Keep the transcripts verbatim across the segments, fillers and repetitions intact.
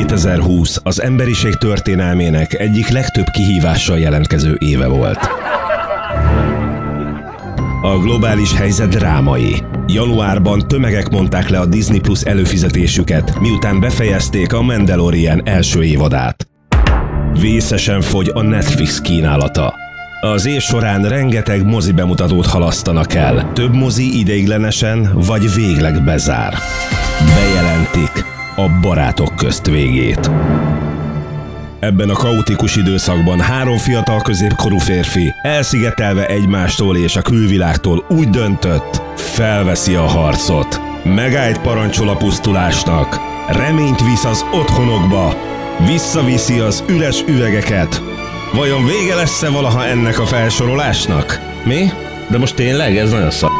kétezer-húsz az emberiség történelmének egyik legtöbb kihívással jelentkező éve volt. A globális helyzet drámai. Januárban tömegek mondták le a Disney Plus előfizetésüket, miután befejezték a Mandalorian első évadát. Vészesen fogy a Netflix kínálata. Az év során rengeteg mozi bemutatót halasztanak el. Több mozi ideiglenesen vagy végleg bezár. Bejelentik a Barátok közt végét. Ebben a kaotikus időszakban három fiatal középkorú férfi elszigetelve egymástól és a külvilágtól úgy döntött, felveszi a harcot. Megállt parancsol a pusztulásnak, reményt visz az otthonokba, visszaviszi az üres üvegeket. Vajon vége lesz-e valaha ennek a felsorolásnak? Mi? De most tényleg? Ez nagyon szar.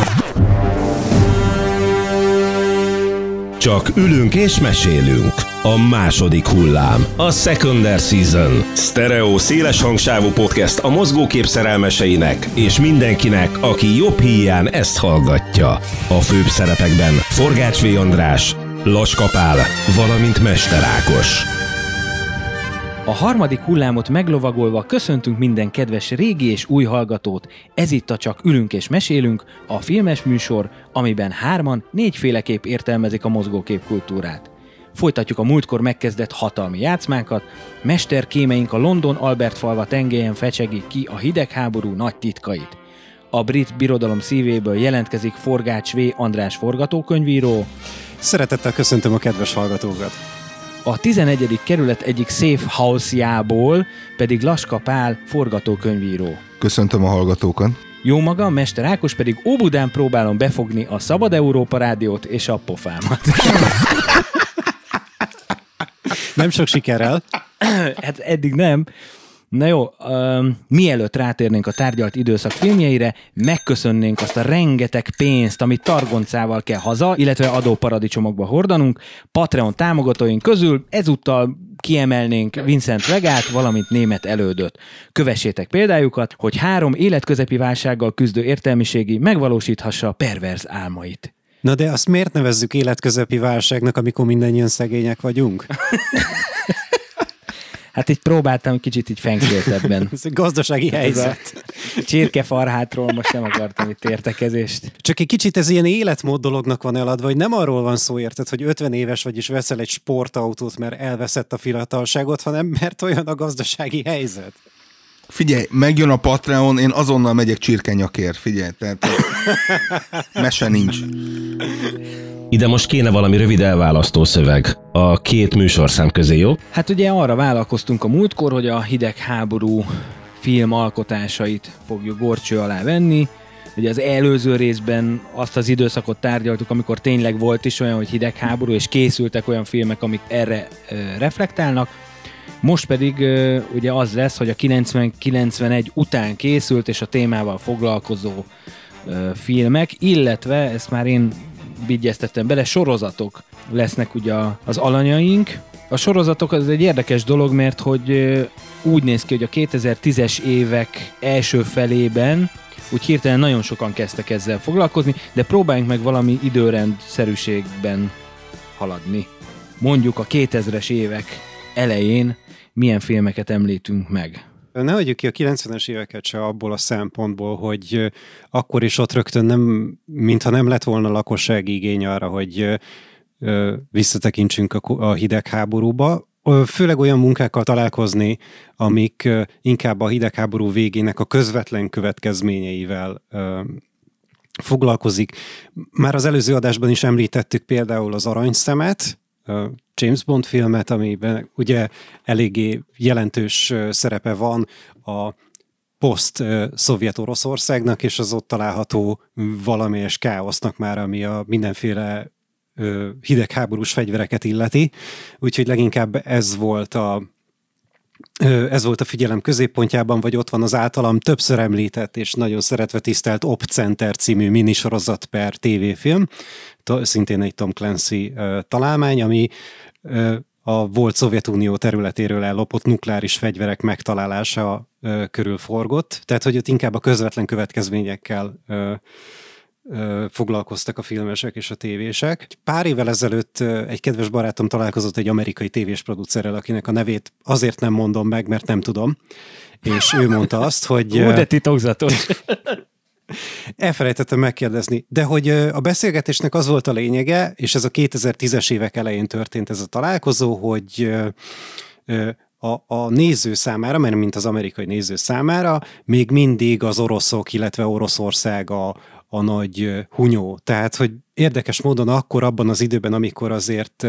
Csak ülünk és mesélünk. A második hullám. A Secondary Season. Sztereó széles hangsávú podcast a mozgókép szerelmeseinek és mindenkinek, aki jobb híján ezt hallgatja. A főbb szerepekben Forgács V. András, Laska Pál, valamint Mester Ákos. A harmadik hullámot meglovagolva köszöntünk minden kedves régi és új hallgatót. Ez itt a Csak ülünk és mesélünk, a filmes műsor, amiben hárman négyféleképp értelmezik a mozgókép kultúrát. Folytatjuk a múltkor megkezdett hatalmi játszmánkat, mesterkémeink a London Albert falva tengelyen fecsegik ki a hidegháború nagy titkait. A brit birodalom szívéből jelentkezik Forgács V. András forgatókönyvíró. Szeretettel köszöntöm a kedves hallgatókat! A tizenegyedik kerület egyik safe house-jából pedig Laska Pál forgatókönyvíró. Köszöntöm a hallgatókat. Jó magam, Mester Ákos pedig Óbudán próbálom befogni a Szabad Európa rádiót és a pofámat. Nem sok sikerrel. Hát eddig nem. Na jó, um, mielőtt rátérnénk a tárgyalt időszak filmjeire, megköszönnénk azt a rengeteg pénzt, amit targoncával kell haza, illetve adóparadicsomokba hordanunk. Patreon támogatóink közül ezúttal kiemelnénk Vincent Vegát, valamint német elődöt. Kövessétek példájukat, hogy három életközepi válsággal küzdő értelmiségi megvalósíthassa perverz álmait. Na de azt miért nevezzük életközepi válságnak, amikor mindannyian szegények vagyunk? Hát így próbáltam kicsit így fenkléltebben. Ez egy gazdasági helyzet. Csirkefarhátról most nem akartam itt értekezést. Csak egy kicsit ez ilyen életmód dolognak van eladva, hogy nem arról van szó, érted, hogy ötven éves vagy és veszel egy sportautót, mert elveszett a fiatalságot, hanem mert olyan a gazdasági helyzet. Figyelj, megjön a Patreon, én azonnal megyek csirkenyakért, figyelj, tehát mese nincs. Ide most kéne valami rövid elválasztó szöveg a két műsorszám közé, jó? Hát ugye arra vállalkoztunk a múltkor, hogy a hidegháború film alkotásait fogjuk górcső alá venni. Ugye az előző részben azt az időszakot tárgyaltuk, amikor tényleg volt is olyan, hogy hidegháború, és készültek olyan filmek, amik erre ö, reflektálnak. Most pedig ö, ugye az lesz, hogy a kilencven-kilencvenegy után készült és a témával foglalkozó ö, filmek, illetve ezt már én vigyeztettem bele, sorozatok lesznek ugye az alanyaink. A sorozatok az egy érdekes dolog, mert hogy úgy néz ki, hogy a kétezer-tízes évek első felében úgy hirtelen nagyon sokan kezdtek ezzel foglalkozni, de próbáljunk meg valami időrendszerűségben haladni. Mondjuk a kétezres évek elején milyen filmeket említünk meg. Ne hagyjuk ki a kilencvenes éveket se abból a szempontból, hogy akkor is ott rögtön nem, mintha nem lett volna lakossági igény arra, hogy visszatekintsünk a hidegháborúba. Főleg olyan munkákkal találkozni, amik inkább a hidegháború végének a közvetlen következményeivel foglalkozik. Már az előző adásban is említettük például az Aranyszemet, James Bond filmet, amiben ugye eléggé jelentős szerepe van a poszt-szovjet Oroszországnak, és az ott található valamelyes káosznak már, ami a mindenféle hidegháborús fegyvereket illeti. Úgyhogy leginkább ez volt a ez volt a figyelem középpontjában, vagy ott van az általam többször említett és nagyon szeretve tisztelt Op-Center című minisorozat per tévéfilm, szintén egy Tom Clancy találmány, ami a volt Szovjetunió területéről ellopott nukleáris fegyverek megtalálása körül forgott, tehát hogy ott inkább a közvetlen következményekkel foglalkoztak a filmesek és a tévések. Pár évvel ezelőtt egy kedves barátom találkozott egy amerikai tévés producerrel, akinek a nevét azért nem mondom meg, mert nem tudom. És ő mondta azt, hogy... Ó, de titokzatos. Elfelejtettem megkérdezni, de hogy a beszélgetésnek az volt a lényege, és ez a kétezer-tízes évek elején történt ez a találkozó, hogy a, a néző számára, mert mint az amerikai néző számára, még mindig az oroszok, illetve Oroszország a, a nagy hunyó. Tehát, hogy érdekes módon akkor abban az időben, amikor azért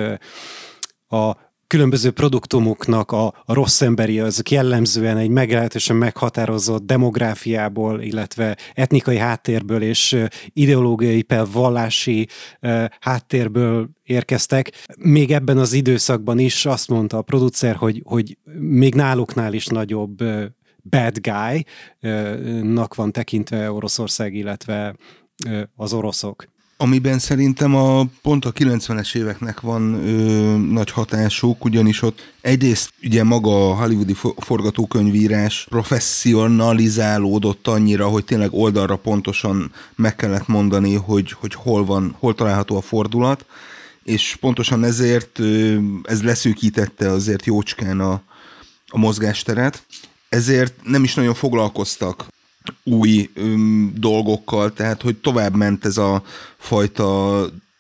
a különböző produktumoknak a, a rossz emberi, azok jellemzően egy meglehetősen meghatározott demográfiából, illetve etnikai háttérből és ideológiai, per vallási uh, háttérből érkeztek. Még ebben az időszakban is azt mondta a producer, hogy, hogy még náluknál is nagyobb uh, bad guy-nak van tekintve Oroszország, illetve uh, az oroszok. Amiben szerintem a, pont a kilencvenes éveknek van ö, nagy hatásuk, ugyanis ott egyrészt ugye maga a hollywoodi forgatókönyvírás professzionalizálódott annyira, hogy tényleg oldalra pontosan meg kellett mondani, hogy, hogy hol van, hol található a fordulat, és pontosan ezért ö, ez leszűkítette azért jócskán a, a mozgásteret, ezért nem is nagyon foglalkoztak új öm, dolgokkal, tehát hogy tovább ment ez a fajta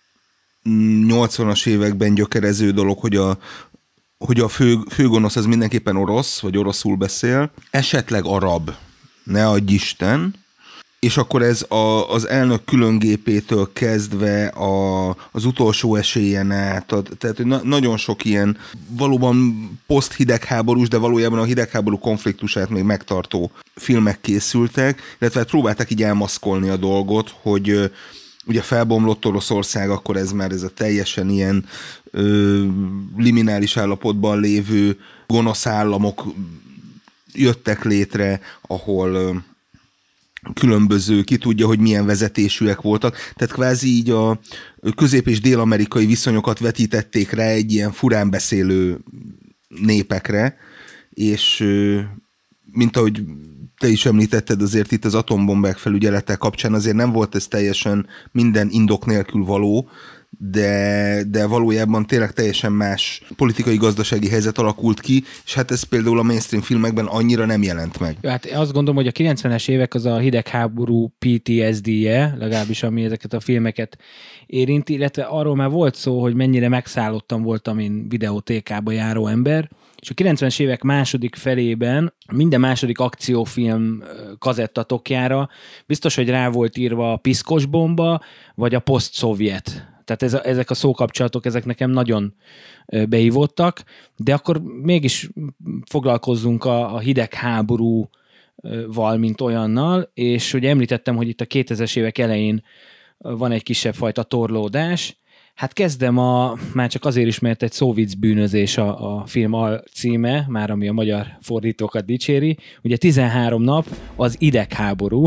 nyolcvanas években gyökerező dolog, hogy a, hogy a fő, főgonosz az mindenképpen orosz, vagy oroszul beszél, esetleg arab, ne adj Isten, és akkor ez a, az elnök különgépétől kezdve a, az utolsó esélyen át, a, tehát na, nagyon sok ilyen valóban poszt-hidegháborús, de valójában a hidegháború konfliktusát még megtartó filmek készültek, illetve hát próbálták így elmaszkolni a dolgot, hogy ugye felbomlott Oroszország, akkor ez már ez a teljesen ilyen ö, liminális állapotban lévő gonosz államok jöttek létre, ahol ö, különböző, ki tudja, hogy milyen vezetésűek voltak. Tehát kvázi így a közép- és dél-amerikai viszonyokat vetítették rá egy ilyen furán beszélő népekre, és mint ahogy te is említetted, azért itt az atombombák felügyelete kapcsán azért nem volt ez teljesen minden indok nélkül való, de, de valójában tényleg teljesen más politikai-gazdasági helyzet alakult ki, és hát ez például a mainstream filmekben annyira nem jelent meg. Hát azt gondolom, hogy a kilencvenes évek az a hidegháború pé té es dé-je, legalábbis ami ezeket a filmeket érinti, illetve arról már volt szó, hogy mennyire megszállottan voltam én videótékába járó ember, és a kilencvenes évek második felében minden második akciófilm kazettatokjára biztos, hogy rá volt írva a piszkos bomba, vagy a poszt-szovjet. Tehát ez a, ezek a szókapcsolatok, ezek nekem nagyon beívottak, de akkor mégis foglalkozzunk a, a hidegháborúval, mint olyannal, és ugye említettem, hogy itt a kétezres évek elején van egy kisebb fajta torlódás. Hát kezdem a, már csak azért is, mert egy szóvic bűnözés a, a film alcíme, már ami a magyar fordítókat dicséri. Ugye tizenhárom nap az idegháború.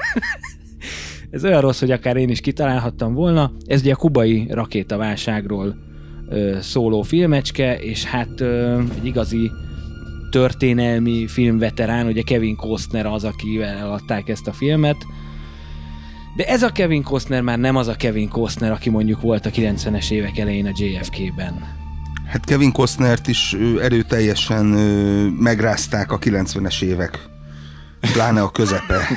Ez olyan rossz, hogy akár én is kitalálhattam volna. Ez ugye a kubai rakétaválságról ö, szóló filmecske, és hát ö, egy igazi történelmi filmveterán, ugye Kevin Costner az, akivel eladták ezt a filmet. De ez a Kevin Costner már nem az a Kevin Costner, aki mondjuk volt a kilencvenes évek elején a jé ef ká-ben. Hát Kevin Costnert is erőteljesen megrázták a kilencvenes évek, pláne a közepe.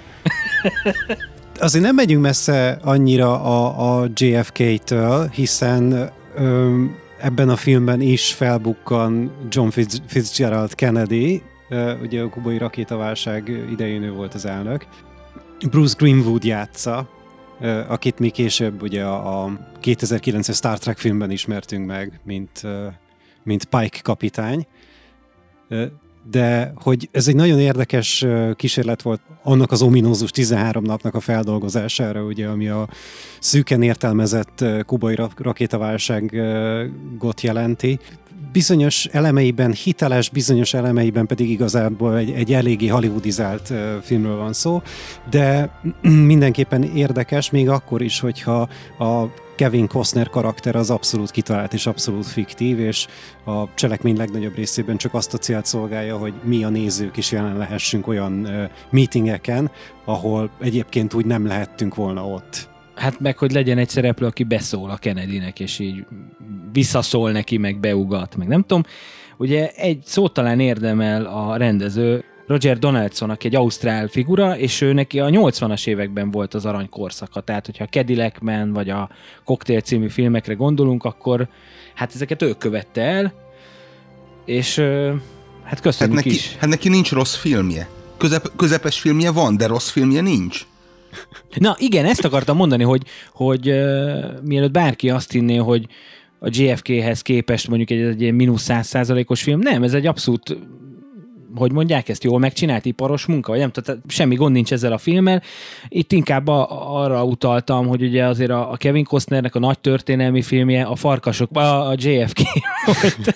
Azért nem megyünk messze annyira a, a jé ef ká-től, hiszen ö, ebben a filmben is felbukkan John Fitzgerald Kennedy, ö, ugye a kubai rakétaválság idején ő volt az elnök. Bruce Greenwood játsza, ö, akit mi később ugye a, a kétezer-kilences Star Trek filmben ismertünk meg, mint, ö, mint Pike kapitány. Ö, de hogy ez egy nagyon érdekes kísérlet volt annak az ominózus tizenhárom napnak a feldolgozására, ugye, ami a szűken értelmezett kubai rakétaválságot jelenti. bizonyos elemeiben hiteles, bizonyos elemeiben pedig igazából egy, egy eléggé hollywoodizált uh, filmről van szó, de mindenképpen érdekes, még akkor is, hogyha a Kevin Costner karakter az abszolút kitalált és abszolút fiktív, és a cselekmény legnagyobb részében csak azt a célt szolgálja, hogy mi a nézők is jelen lehessünk olyan uh, meetingeken, ahol egyébként úgy nem lehettünk volna ott. Hát meg, hogy legyen egy szereplő, aki beszól a Kennedynek, és így visszaszól neki, meg beugat, meg nem tudom. Ugye egy szót talán érdemel a rendező, Roger Donaldson, aki egy ausztrál figura, és ő neki a nyolcvanas években volt az arany korszaka. Tehát, hogyha a Cadillac Man vagy a Cocktail című filmekre gondolunk, akkor hát ezeket ő követte el, és hát köszönjük hát neki, is. Hát neki nincs rossz filmje. Közep, közepes filmje van, de rossz filmje nincs. Na igen, ezt akartam mondani, hogy, hogy uh, mielőtt bárki azt hinné, hogy a jé ef ké-hez képest mondjuk egy, egy ilyen mínusz száz százalékos film, nem, ez egy abszolút, hogy mondják ezt, jól megcsinált iparos munka, vagy nem, tehát semmi gond nincs ezzel a filmmel. Itt inkább a, arra utaltam, hogy ugye azért a, a Kevin Costnernek a nagy történelmi filmje a Farkasok, a, a jé ef ké volt.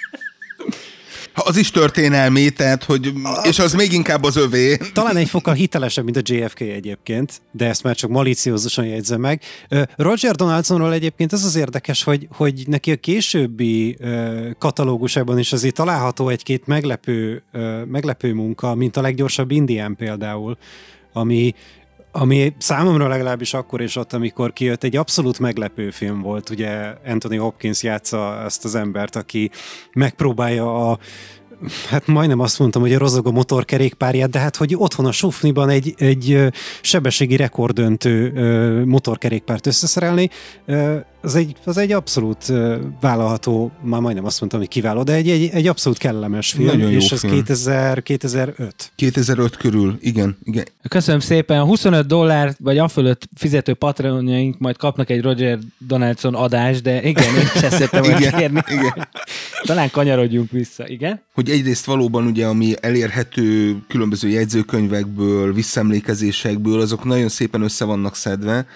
Az is történelmi, tehát, hogy, és az még inkább az övé. Talán egy fokkal hitelesebb, mint a jé ef ké egyébként, de ezt már csak maliciózusan jegyzem meg. Roger Donaldsonról egyébként az az érdekes, hogy, hogy neki a későbbi katalógusában is azért található egy-két meglepő, meglepő munka, mint a Leggyorsabb Indián például, ami ami számomra legalábbis akkor és ott, amikor kijött, egy abszolút meglepő film volt. Ugye Anthony Hopkins játsza ezt az embert, aki megpróbálja a hát majdnem azt mondtam, hogy a rozogó motorkerékpárját, de hát, hogy otthon a sufniban egy, egy sebességi rekorddöntő motorkerékpárt összeszerelni, az egy, az egy abszolút vállalható, már majdnem azt mondtam, hogy kiváló, de egy, egy, egy abszolút kellemes film, nagyon jó és ez film. kétezer, kétezer-öt. kétezer-öt körül, igen, igen. Köszönöm szépen, a huszonöt dollár vagy afölött fizető patronjaink majd kapnak egy Roger Donaldson adást, de igen, én sem szerettem volna kérni. Igen. Talán kanyarodjunk vissza, igen? Hogy egyrészt valóban ugye, ami elérhető különböző jegyzőkönyvekből, visszaemlékezésekből, azok nagyon szépen össze vannak szedve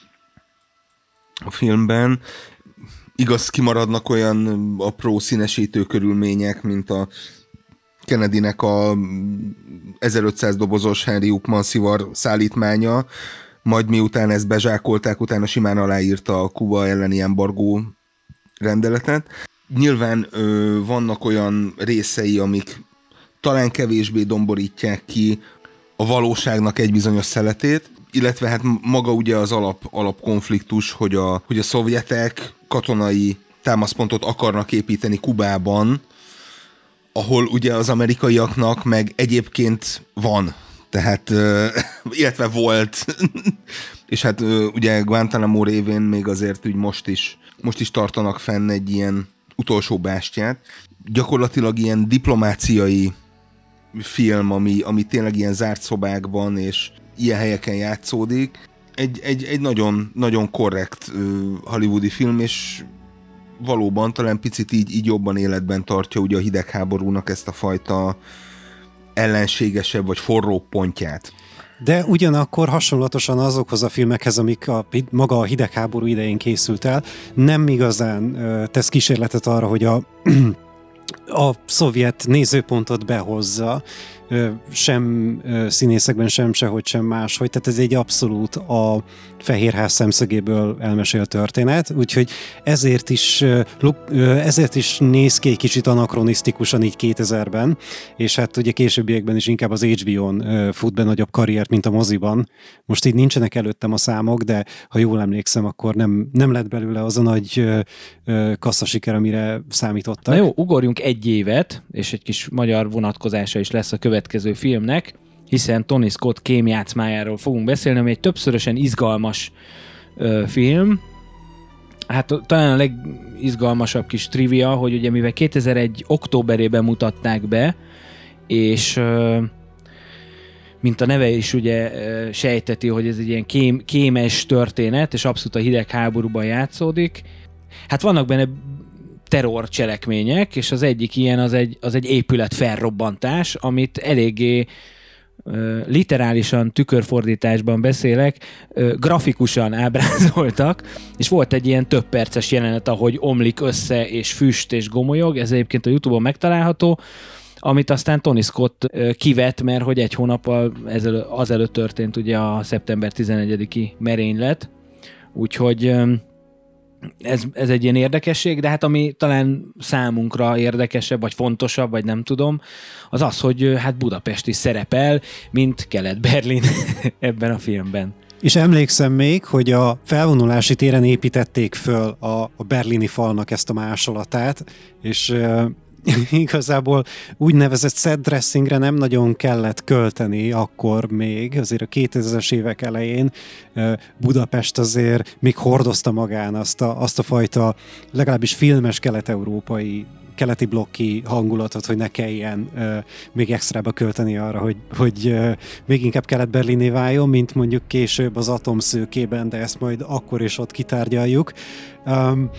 a filmben. Igaz, kimaradnak olyan apró színesítő körülmények, mint a Kennedynek a ezerötszáz dobozos Henry Upmann szivar szállítmánya, majd miután ezt bezsákolták, utána simán aláírta a Kuba elleni embargó rendeletet. Nyilván ö, vannak olyan részei, amik talán kevésbé domborítják ki a valóságnak egy bizonyos szeletét, illetve hát maga ugye az alap, alapkonfliktus, hogy a, hogy a szovjetek katonai támaszpontot akarnak építeni Kubában, ahol ugye az amerikaiaknak meg egyébként van, tehát, ö, illetve volt, és hát ö, ugye Guantanamo révén még azért úgy most is, most is tartanak fenn egy ilyen utolsó bástyát. Gyakorlatilag ilyen diplomáciai film, ami, ami tényleg ilyen zárt szobákban és ilyen helyeken játszódik. Egy, egy, egy nagyon, nagyon korrekt uh, hollywoodi film, és valóban talán picit így, így jobban életben tartja ugye a hidegháborúnak ezt a fajta ellenségesebb vagy forró pontját. De ugyanakkor hasonlatosan azokhoz a filmekhez, amik a, maga a hidegháború idején készült el, nem igazán ö, tesz kísérletet arra, hogy a, a szovjet nézőpontot behozza, ö, sem ö, színészekben, sem sehogy sem máshogy. Tehát ez egy abszolút a Fehérház szemszögéből elmesélt történet, úgyhogy ezért is, ezért is néz ki egy kicsit anakronisztikusan így kétezerben, és hát ugye későbbiekben is inkább az há bé ó-n fut be nagyobb karriert, mint a moziban. Most így nincsenek előttem a számok, de ha jól emlékszem, akkor nem, nem lett belőle az a nagy kasszasiker, amire számítottak. Na jó, ugorjunk egy évet, és egy kis magyar vonatkozása is lesz a következő filmnek, hiszen Tony Scott kémjátszmájáról fogunk beszélni, ami egy többszörösen izgalmas ö, film. Hát talán a legizgalmasabb kis trivia, hogy ugye mivel kétezer-egy októberében mutatták be, és ö, mint a neve is ugye ö, sejteti, hogy ez egy ilyen kém, kémes történet, és abszolút a hidegháborúban játszódik. Hát vannak benne terror cselekmények, és az egyik ilyen az egy, az egy épület felrobbantás, amit eléggé literálisan tükörfordításban beszélek, grafikusan ábrázoltak, és volt egy ilyen több perces jelenet, ahogy omlik össze, és füst, és gomolyog, ez egyébként a YouTube-on megtalálható, amit aztán Tony Scott kivett, mert hogy egy hónappal ezelő, azelőtt történt ugye a szeptember tizenegyediki merénylet, úgyhogy ez, ez egy ilyen érdekesség, de hát ami talán számunkra érdekesebb, vagy fontosabb, vagy nem tudom, az az, hogy hát Budapest is szerepel, mint Kelet-Berlin ebben a filmben. És emlékszem még, hogy a felvonulási téren építették föl a, a berlini falnak ezt a másolatát, és uh, igazából úgynevezett set dressingre nem nagyon kellett költeni akkor még, azért a kétezres évek elején uh, Budapest azért még hordozta magán azt a, azt a fajta legalábbis filmes kelet-európai keleti blokki hangulatot, hogy ne kelljen uh, még extrába költeni arra, hogy, hogy uh, még inkább Kelet-Berliné váljon, mint mondjuk később az Atomszőkében, de ezt majd akkor is ott kitárgyaljuk. Um,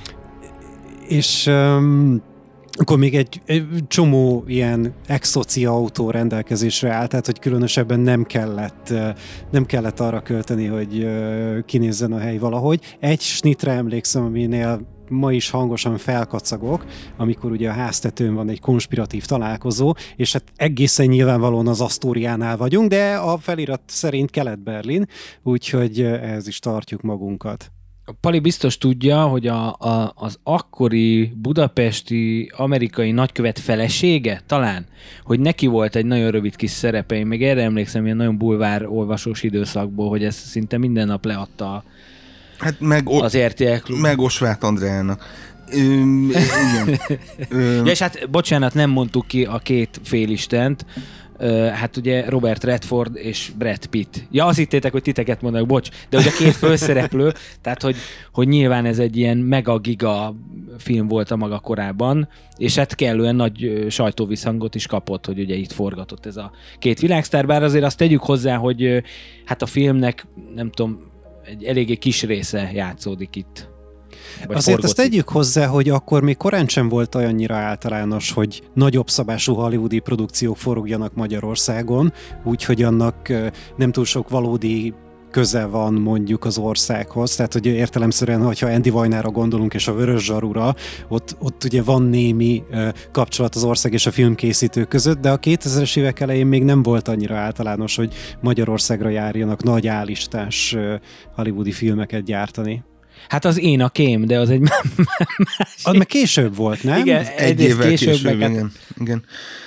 és um, akkor még egy, egy csomó ilyen ex-szocia autó rendelkezésre állt, tehát hogy különösebben nem kellett, nem kellett arra költeni, hogy kinézzen a hely valahogy. Egy snitre emlékszem, aminél ma is hangosan felkacagok, amikor ugye a háztetőn van egy konspiratív találkozó, és hát egészen nyilvánvalóan az Asztóriánál vagyunk, de a felirat szerint Kelet-Berlin, úgyhogy ehhez is tartjuk magunkat. Pali biztos tudja, hogy a, a, az akkori budapesti amerikai nagykövet felesége talán, hogy neki volt egy nagyon rövid kis szerepe, én még erre emlékszem ilyen nagyon bulvár olvasós időszakból, hogy ezt szinte minden nap leadta hát meg o- az er té el Klub. Meg Osváth Andreának. Üm, igen. Üm. Ja, és hát bocsánat, nem mondtuk ki a két félistent, Uh, hát ugye Robert Redford és Brad Pitt. Ja, azt hittétek, hogy titeket mondanak, bocs, de ugye a két főszereplő, tehát hogy, hogy nyilván ez egy ilyen mega-giga film volt a maga korában, és hát kellően nagy sajtóvisszhangot is kapott, hogy ugye itt forgatott ez a két világsztár, bár azért azt tegyük hozzá, hogy hát a filmnek, nem tudom, egy eléggé kis része játszódik itt. Azért azt tegyük hozzá, hogy akkor még korán sem volt olyannyira általános, hogy nagyobb szabású hollywoodi produkciók forogjanak Magyarországon, úgyhogy annak nem túl sok valódi köze van mondjuk az országhoz, tehát hogy értelemszerűen, hogyha Andy Vajnára gondolunk és a Vörös Zsarura, ott, ott ugye van némi uh, kapcsolat az ország és a filmkészítő között, de a kétezres évek elején még nem volt annyira általános, hogy Magyarországra járjanak nagy állistás uh, hollywoodi filmeket gyártani. Hát az Én a Kém, de az egy másik. Az meg később volt, nem? Igen, egy évvel később, később igen, hát... igen.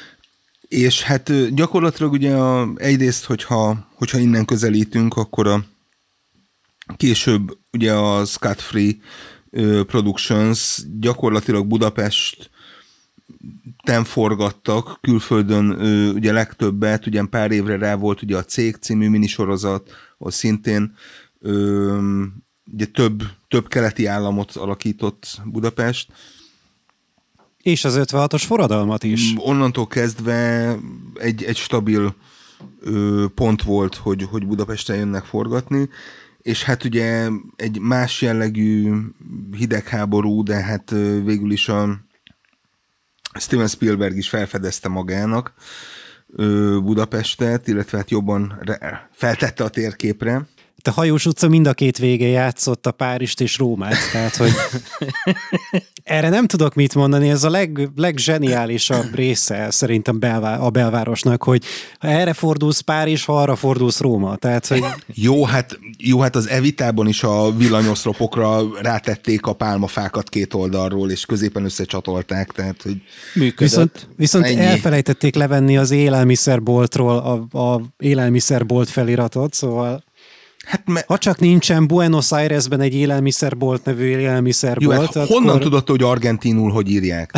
És hát gyakorlatilag ugye a, egyrészt, hogyha, hogyha innen közelítünk, akkor a később ugye a Scott Free uh, Productions gyakorlatilag Budapesten forgattak, külföldön uh, ugye legtöbbet, ugye pár évre rá volt ugye a Cég című minisorozat, ahol szintén uh, ugye több, több keleti államot alakított Budapest. És az ötvenhatos forradalmat is. Onnantól kezdve egy, egy stabil ö, pont volt, hogy, hogy Budapesten jönnek forgatni, és hát ugye egy más jellegű hidegháború, de hát ö, végül is a Steven Spielberg is felfedezte magának ö, Budapestet, illetve hát jobban re- feltette a térképre. A Hajós utca mind a két végén játszott a Párizst és Rómát, tehát hogy erre nem tudok mit mondani, ez a leg, legzseniálisabb része szerintem belvá- a belvárosnak, hogy ha erre fordulsz Párizs, ha arra fordulsz Róma, tehát hogy... Jó, hát, jó, hát az Evitában is a villanyoszlopokra rátették a pálmafákat két oldalról, és középen összecsatolták, tehát hogy... Működött. Viszont, viszont elfelejtették levenni az élelmiszerboltról a, a élelmiszerbolt feliratot, szóval... Hát me- ha csak nincsen Buenos Airesben egy élelmiszerbolt nevű élelmiszerbolt, jó, hát akkor... honnan tudod, hogy argentinul hogy írják?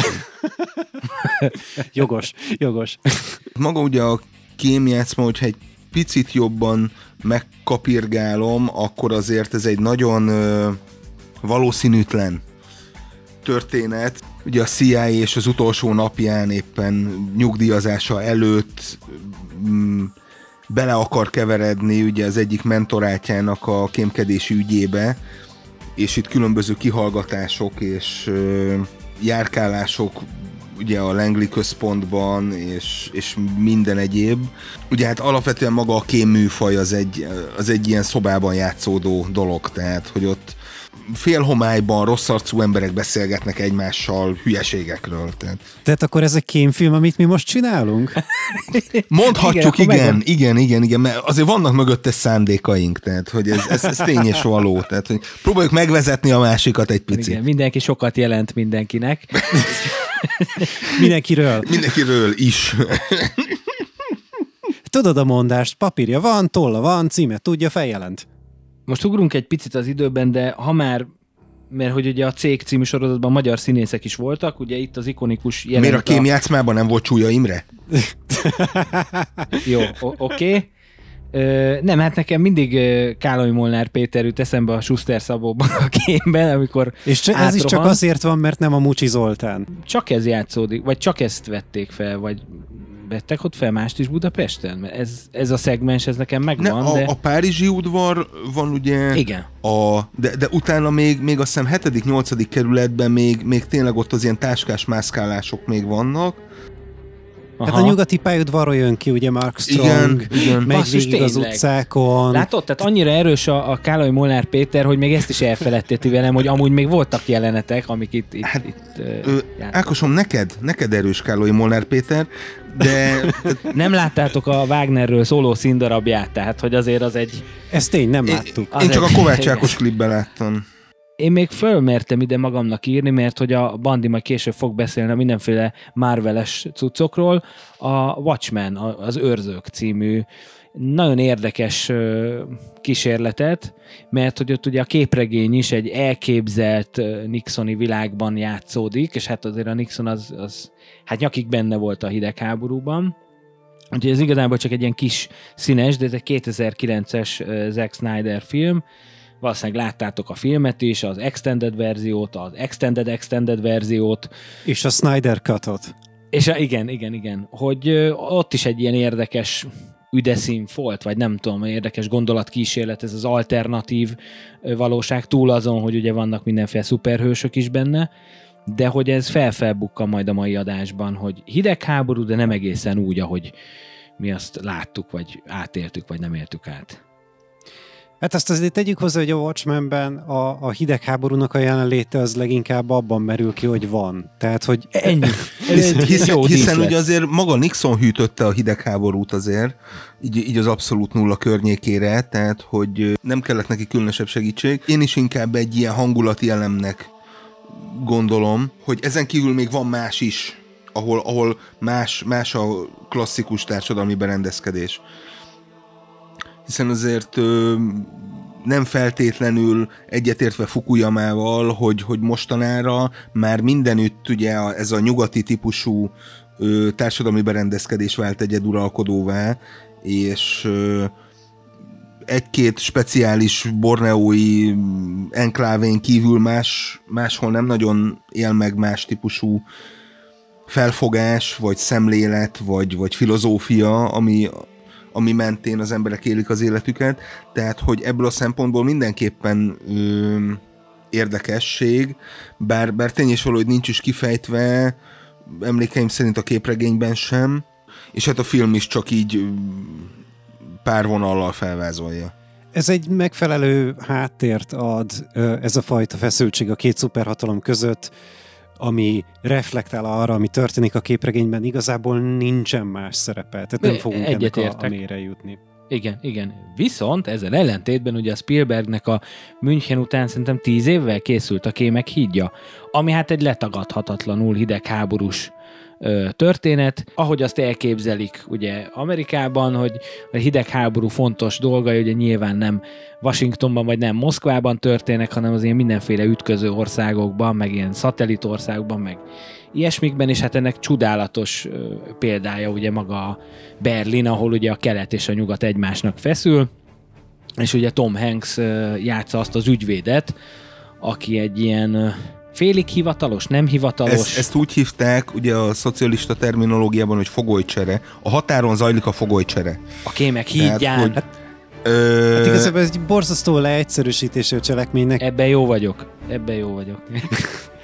jogos, jogos. Maga ugye a kémjátszma, hogyha egy picit jobban megkapirgálom, akkor azért ez egy nagyon ö, valószínűtlen történet. Ugye a C I A és az utolsó napján éppen nyugdíjazása előtt mm, bele akar keveredni ugye az egyik mentorátjának a kémkedési ügyébe, és itt különböző kihallgatások és ö, járkálások ugye a Langley központban, és, és minden egyéb. Ugye hát alapvetően maga a kémműfaj az egy, az egy ilyen szobában játszódó dolog, tehát hogy ott félhomályban rosszarcú emberek beszélgetnek egymással hülyeségekről. Tehát, tehát akkor ez egy kémfilm, amit mi most csinálunk? mondhatjuk, igen, igen, igen, igen, igen, mert azért vannak mögötte szándékaink, tehát hogy ez, ez, ez tény és való, tehát hogy próbáljuk megvezetni a másikat egy picit. Igen, mindenki sokat jelent mindenkinek. Mindenkiről. Mindenkiről is. Tudod a mondást, papírja van, tolla van, címet tudja, feljelent. Most ugrunk egy picit az időben, de ha már, mert hogy ugye a Cég című sorozatban magyar színészek is voltak, ugye itt az ikonikus jelent. Miért a kémjátszmában nem volt Csúlya Imre? Jó, oké. Okay. Nem, hát nekem mindig Káloly Molnár Péter jut eszembe a Schuster Szabóban a kémben, amikor és ez átrohan. Is csak azért van, mert nem a Mucsi Zoltán. Csak ez játszódik, vagy csak ezt vették fel, vagy vettek ott fel mást is Budapesten? Mert ez, ez a szegmens, ez nekem megvan, ne, a, de... a Párizsi udvar van ugye... Igen. A, de, de utána még, még azt hiszem hetedik nyolcadik kerületben még, még tényleg ott az ilyen táskás mászkálások még vannak. Aha. Hát a nyugati pályaudvarról jön ki, ugye Mark Strong, igen, igen. megy Basszus, végig az utcákon. Látod, tehát annyira erős a, a Káloly Molnár Péter, hogy még ezt is elfeledtéti velem, hogy amúgy még voltak jelenetek, amik itt, itt, hát, itt ö, Ákosom, neked, neked erős Káloly Molnár Péter, de... nem láttátok a Wagnerről szóló színdarabját, tehát hogy azért az egy... Ez tény, nem láttuk. Én, én csak egy... a Kovács Ákos klipben láttam. Én még fölmertem ide magamnak írni, mert hogy a Bandi majd később fog beszélni a mindenféle Marvel-es cuccokról. A Watchmen, az Őrzők című nagyon érdekes kísérletet, mert hogy ott ugye a képregény is egy elképzelt nixoni világban játszódik, és hát azért a Nixon az, az hát nyakig benne volt a hidegháborúban. Úgyhogy ez igazából csak egy ilyen kis színes, de ez egy kétezer-kilences Zack Snyder film. Valószínűleg láttátok a filmet is, az extended verziót, az extended extended verziót. És a Snyder Cut-ot. És a, igen, igen, igen. Hogy ö, ott is egy ilyen érdekes üdeszín volt, vagy nem tudom, érdekes gondolatkísérlet, ez az alternatív ö, valóság, túl azon, hogy ugye vannak mindenféle szuperhősök is benne, de hogy ez felfelbukkan majd a mai adásban, hogy hidegháború, de nem egészen úgy, ahogy mi azt láttuk, vagy átéltük, vagy nem éltük át. Hát azt azért tegyük hozzá, hogy a Watchmenben a, a hidegháborúnak a jelenléte az leginkább abban merül ki, hogy van. Tehát, hogy... Ennyi. Hisz, hiszen hiszen ugye azért maga Nixon hűtötte a hidegháborút azért, így, így az abszolút nulla környékére, tehát, hogy nem kellett neki különösebb segítség. Én is inkább egy ilyen hangulati elemnek gondolom, hogy ezen kívül még van más is, ahol, ahol más, más a klasszikus társadalmi berendezkedés. Hiszen azért ö, nem feltétlenül egyetértve Fukuyamával, hogy, hogy mostanára már mindenütt ugye a, ez a nyugati típusú ö, társadalmi berendezkedés vált egyeduralkodóvá, és ö, egy-két speciális borneói enklávén kívül más, máshol nem nagyon él meg más típusú felfogás, vagy szemlélet, vagy, vagy filozófia, ami ami mentén az emberek élik az életüket, tehát hogy ebből a szempontból mindenképpen ö, érdekesség, bár, bár tény és való, hogy nincs is kifejtve, emlékeim szerint a képregényben sem, és hát a film is csak így ö, pár vonallal felvázolja. Ez egy megfelelő háttért ad, ez a fajta feszültség a két szuperhatalom között, ami reflektál arra, ami történik a képregényben, igazából nincsen más szerepe. Tehát nem fogunk ennek a, a mélyre jutni. Igen, igen. Viszont ezzel ellentétben ugye a Spielbergnek a München után szerintem tíz évvel készült a Kémek hídja, ami hát egy letagadhatatlanul hidegháborús ö, történet, ahogy azt elképzelik ugye Amerikában, hogy a hidegháború fontos dolgai ugye nyilván nem Washingtonban vagy nem Moszkvában történnek, hanem az ilyen mindenféle ütköző országokban, meg ilyen szatellit országokban, meg ilyesmikben, és hát ennek csodálatos ö, példája ugye maga Berlin, ahol ugye a kelet és a nyugat egymásnak feszül, és ugye Tom Hanks ö, játsza azt az ügyvédet, aki egy ilyen ö, félig hivatalos, nem hivatalos. Ezt, ezt úgy hívták ugye a szocialista terminológiában, hogy fogolycsere. A határon zajlik a fogolycsere. A Kémek hídján. Hát, Ö... Hát igazából ez egy borzasztó leegyszerűsítése a cselekménynek. Ebben jó vagyok. Ebben jó vagyok.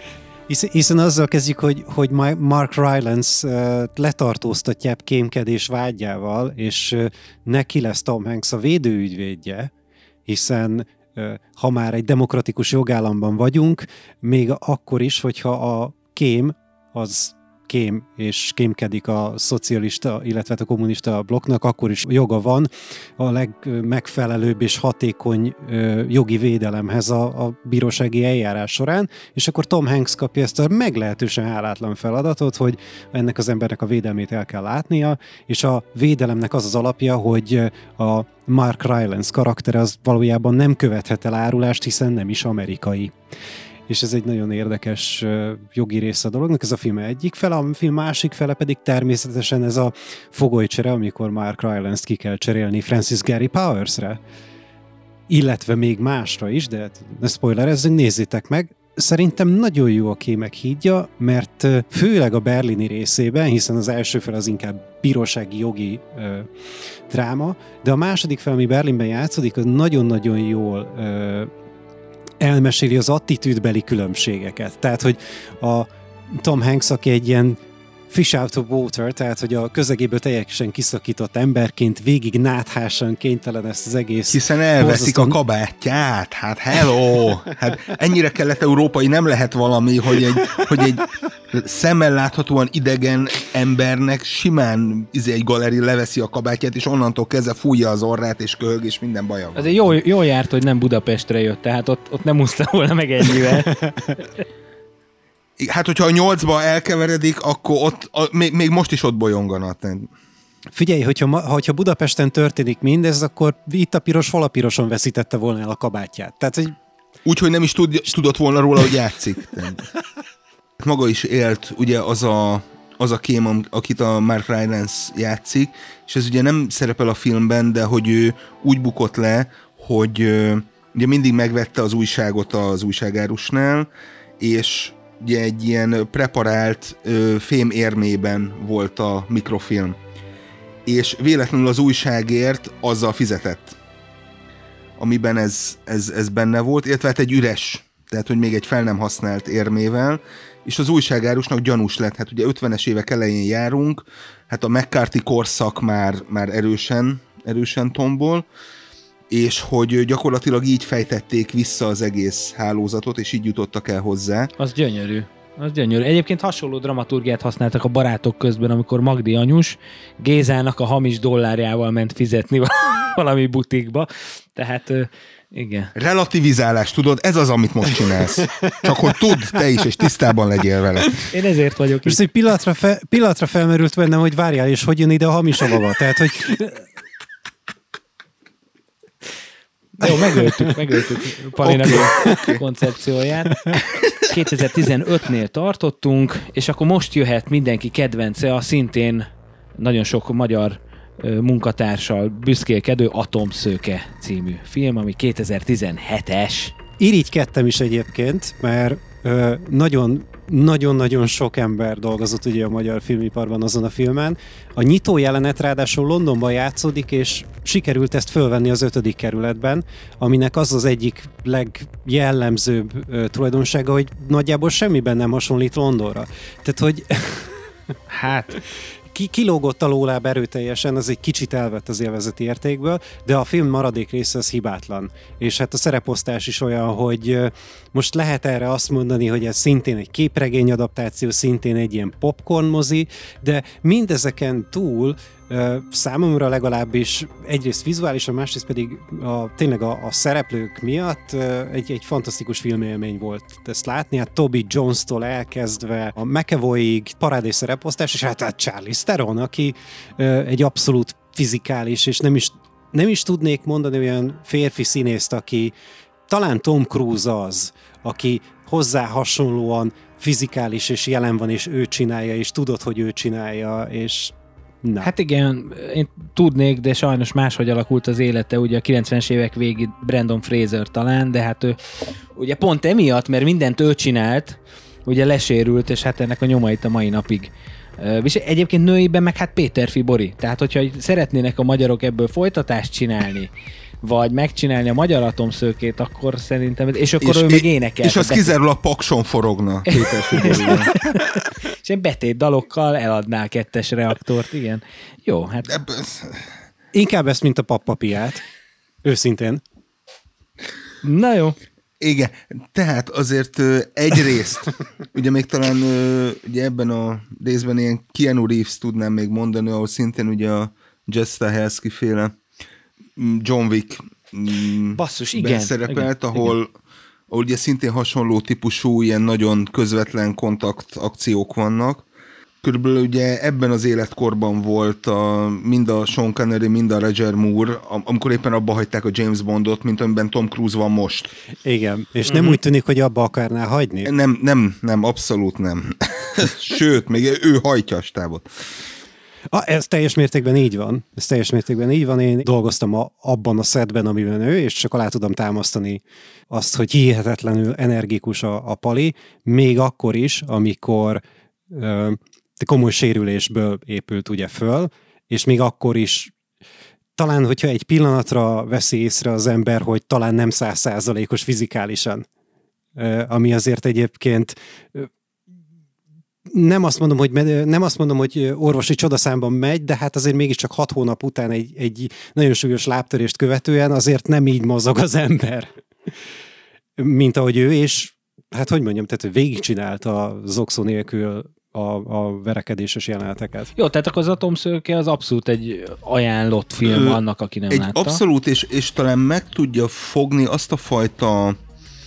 Hisz, hiszen azzal kezdjük, hogy, hogy Mark Rylance uh, letartóztatják kémkedés vágyával, és uh, neki lesz Tom Hanks a védőügyvédje, hiszen uh, ha már egy demokratikus jogállamban vagyunk, még akkor is, hogyha a kém az kém és kémkedik a szocialista, illetve a kommunista blokknak, akkor is joga van a legmegfelelőbb és hatékony ö, jogi védelemhez a, a bírósági eljárás során, és akkor Tom Hanks kapja ezt a meglehetősen hálátlan feladatot, hogy ennek az embernek a védelmét el kell látnia, és a védelemnek az az alapja, hogy a Mark Rylance karaktere az valójában nem követhet el árulást, hiszen nem is amerikai. És ez egy nagyon érdekes uh, jogi része a dolognak, ez a film egyik fele, a film másik fele pedig természetesen ez a fogolycsere, amikor Mark Rylance-t ki kell cserélni Francis Gary Powersre, illetve még másra is, de ne spoilerezzünk, nézzétek meg. Szerintem nagyon jó a Kémek hídja, mert uh, főleg a berlini részében, hiszen az első fel az inkább bírósági jogi uh, dráma, de a második fel, ami Berlinben játszódik, az nagyon-nagyon jól uh, elmeséli az attitűdbeli különbségeket. Tehát, hogy a Tom Hanks, aki egy ilyen fish out of water, tehát, hogy a közegéből teljesen kiszakított emberként végig náthásan kénytelen ezt az egész... Hiszen elveszik borzasztó... a kabátját, hát hello! Hát ennyire kelet-európai nem lehet valami, hogy egy, hogy egy szemmel láthatóan idegen embernek simán izé, egy galeri leveszi a kabátját, és onnantól kezdve fújja az orrát, és köhög, és minden baja van. Azért jól, jól járt, hogy nem Budapestre jött, tehát ott, ott nem úszta volna meg ennyivel. Hát, hogyha a nyolcba elkeveredik, akkor ott, a, még, még most is ott bolyongana. Figyelj, hogyha, hogyha Budapesten történik mindez, akkor itt a piros falapiroson veszítette volna el a kabátját. Tehát, hogy... Úgy, hogy nem is tud, tudott volna róla, hogy játszik. Maga is élt ugye az a, az a kém, akit a Mark Rylance játszik, és ez ugye nem szerepel a filmben, de hogy ő úgy bukott le, hogy ugye mindig megvette az újságot az újságárusnál, és ugye egy ilyen preparált ö, fém érmében volt a mikrofilm. És véletlenül az újságért azzal fizetett, amiben ez, ez, ez benne volt, illetve hát egy üres, tehát hogy még egy fel nem használt érmével, és az újságárusnak gyanús lett. Hát ugye ötvenes évek elején járunk, hát a McCarthy korszak már, már erősen, erősen tombol, és hogy gyakorlatilag így fejtették vissza az egész hálózatot, és így jutottak el hozzá. Az gyönyörű. Az gyönyörű. Egyébként hasonló dramaturgiát használtak a Barátok közben, amikor Magdi anyus Gézának a hamis dollárjával ment fizetni valami butikba. Tehát igen. Relativizálás, tudod, ez az, amit most csinálsz. Csak hogy tudd te is, és tisztában legyél vele. Én ezért vagyok itt. És egy pillanatra, fe, pillanatra felmerült bennem, hogy várjál, és hogy jön ide a hamis avava. Tehát, hogy... Jó, megöltük, megöltük Palinak okay, a okay. koncepcióját. kétezer-tizenötnél tartottunk, és akkor most jöhet mindenki kedvence, a szintén nagyon sok magyar munkatársal büszkélkedő Atomszőke című film, ami kétezer-tizenhetes. Irigykedtem is egyébként, mert ö, nagyon nagyon-nagyon sok ember dolgozott ugye a magyar filmiparban azon a filmen. A nyitó jelenet ráadásul Londonban játszódik, és sikerült ezt fölvenni az ötödik kerületben, aminek az az egyik legjellemzőbb ö, tulajdonsága, hogy nagyjából semmiben nem hasonlít Londonra. Tehát, hogy... hát... Ki, kilógott a lóláb erőteljesen, az egy kicsit elvett az élvezeti értékből, de a film maradék része az hibátlan. És hát a szereposztás is olyan, hogy most lehet erre azt mondani, hogy ez szintén egy képregény adaptáció, szintén egy ilyen popcorn mozi, de mindezeken túl számomra legalábbis egyrészt vizuálisan, másrészt pedig a, tényleg a, a szereplők miatt egy, egy fantasztikus filmélmény volt ezt látni. Hát Toby Jones-tól elkezdve a McAvoyig parádés szereposztás, és hát, hát Charlize Theron, aki egy abszolút fizikális, és nem is, nem is tudnék mondani olyan férfi színészt, aki talán Tom Cruise az, aki hozzá hasonlóan fizikális és jelen van, és ő csinálja, és tudod, hogy ő csinálja, és na. Hát igen, én tudnék, de sajnos máshogy alakult az élete, ugye a kilencvenes évek végig Brandon Fraser talán, de hát ő ugye pont emiatt, mert mindent ő csinált, ugye lesérült, és hát ennek a nyomait a mai napig. Egyébként nőiben meg hát Péter Fibori, tehát hogyha szeretnének a magyarok ebből folytatást csinálni, vagy megcsinálni a magyar atomszőkét, akkor szerintem, és akkor és, ő még énekel. És az kizárólag Pakson forogna. És egy betét dalokkal eladná kettes reaktort, igen. Jó, hát... De, Inkább ezt, mint a pappapiát. Őszintén. Na jó. Igen, tehát azért egyrészt, ugye még talán ugye ebben a részben ilyen Keanu Reeves tudnám még mondani, ahol szintén ugye a Jess Stahelski féle John Wick Basszus, igen, szerepelt, igen, ahol, igen. ahol ugye szintén hasonló típusú, ilyen nagyon közvetlen kontakt akciók vannak. Körülbelül ugye ebben az életkorban volt a, mind a Sean Connery, mind a Roger Moore, amikor éppen abba hagyták a James Bondot, mint amiben Tom Cruise van most. Igen, és nem mm-hmm. úgy tűnik, hogy abba akarná hagyni? Nem, nem, nem, abszolút nem. Sőt, még ő hajtja a stábot. Ah, ez teljes mértékben így van. Ez teljes mértékben így van. Én dolgoztam a, abban a szedben, amiben ő, és csak alá tudom támasztani azt, hogy hihetetlenül energikus a, a Pali, még akkor is, amikor ö, komoly sérülésből épült ugye föl, és még akkor is talán, hogyha egy pillanatra veszi észre az ember, hogy talán nem száz százalékos fizikálisan, ami azért egyébként nem azt mondom, hogy, nem azt mondom, hogy orvosi csodaszámban megy, de hát azért mégiscsak hat hónap után egy, egy nagyon súlyos lábtörést követően azért nem így mozog az ember, mint ahogy ő, és hát hogy mondjam, tehát végigcsinálta az oxó nélkül A, a verekedéses jeleneteket. Jó, tehát akkor az Atomszőke az abszolút egy ajánlott film Ö, annak, aki nem egy látta. Abszolút, és, és talán meg tudja fogni azt a fajta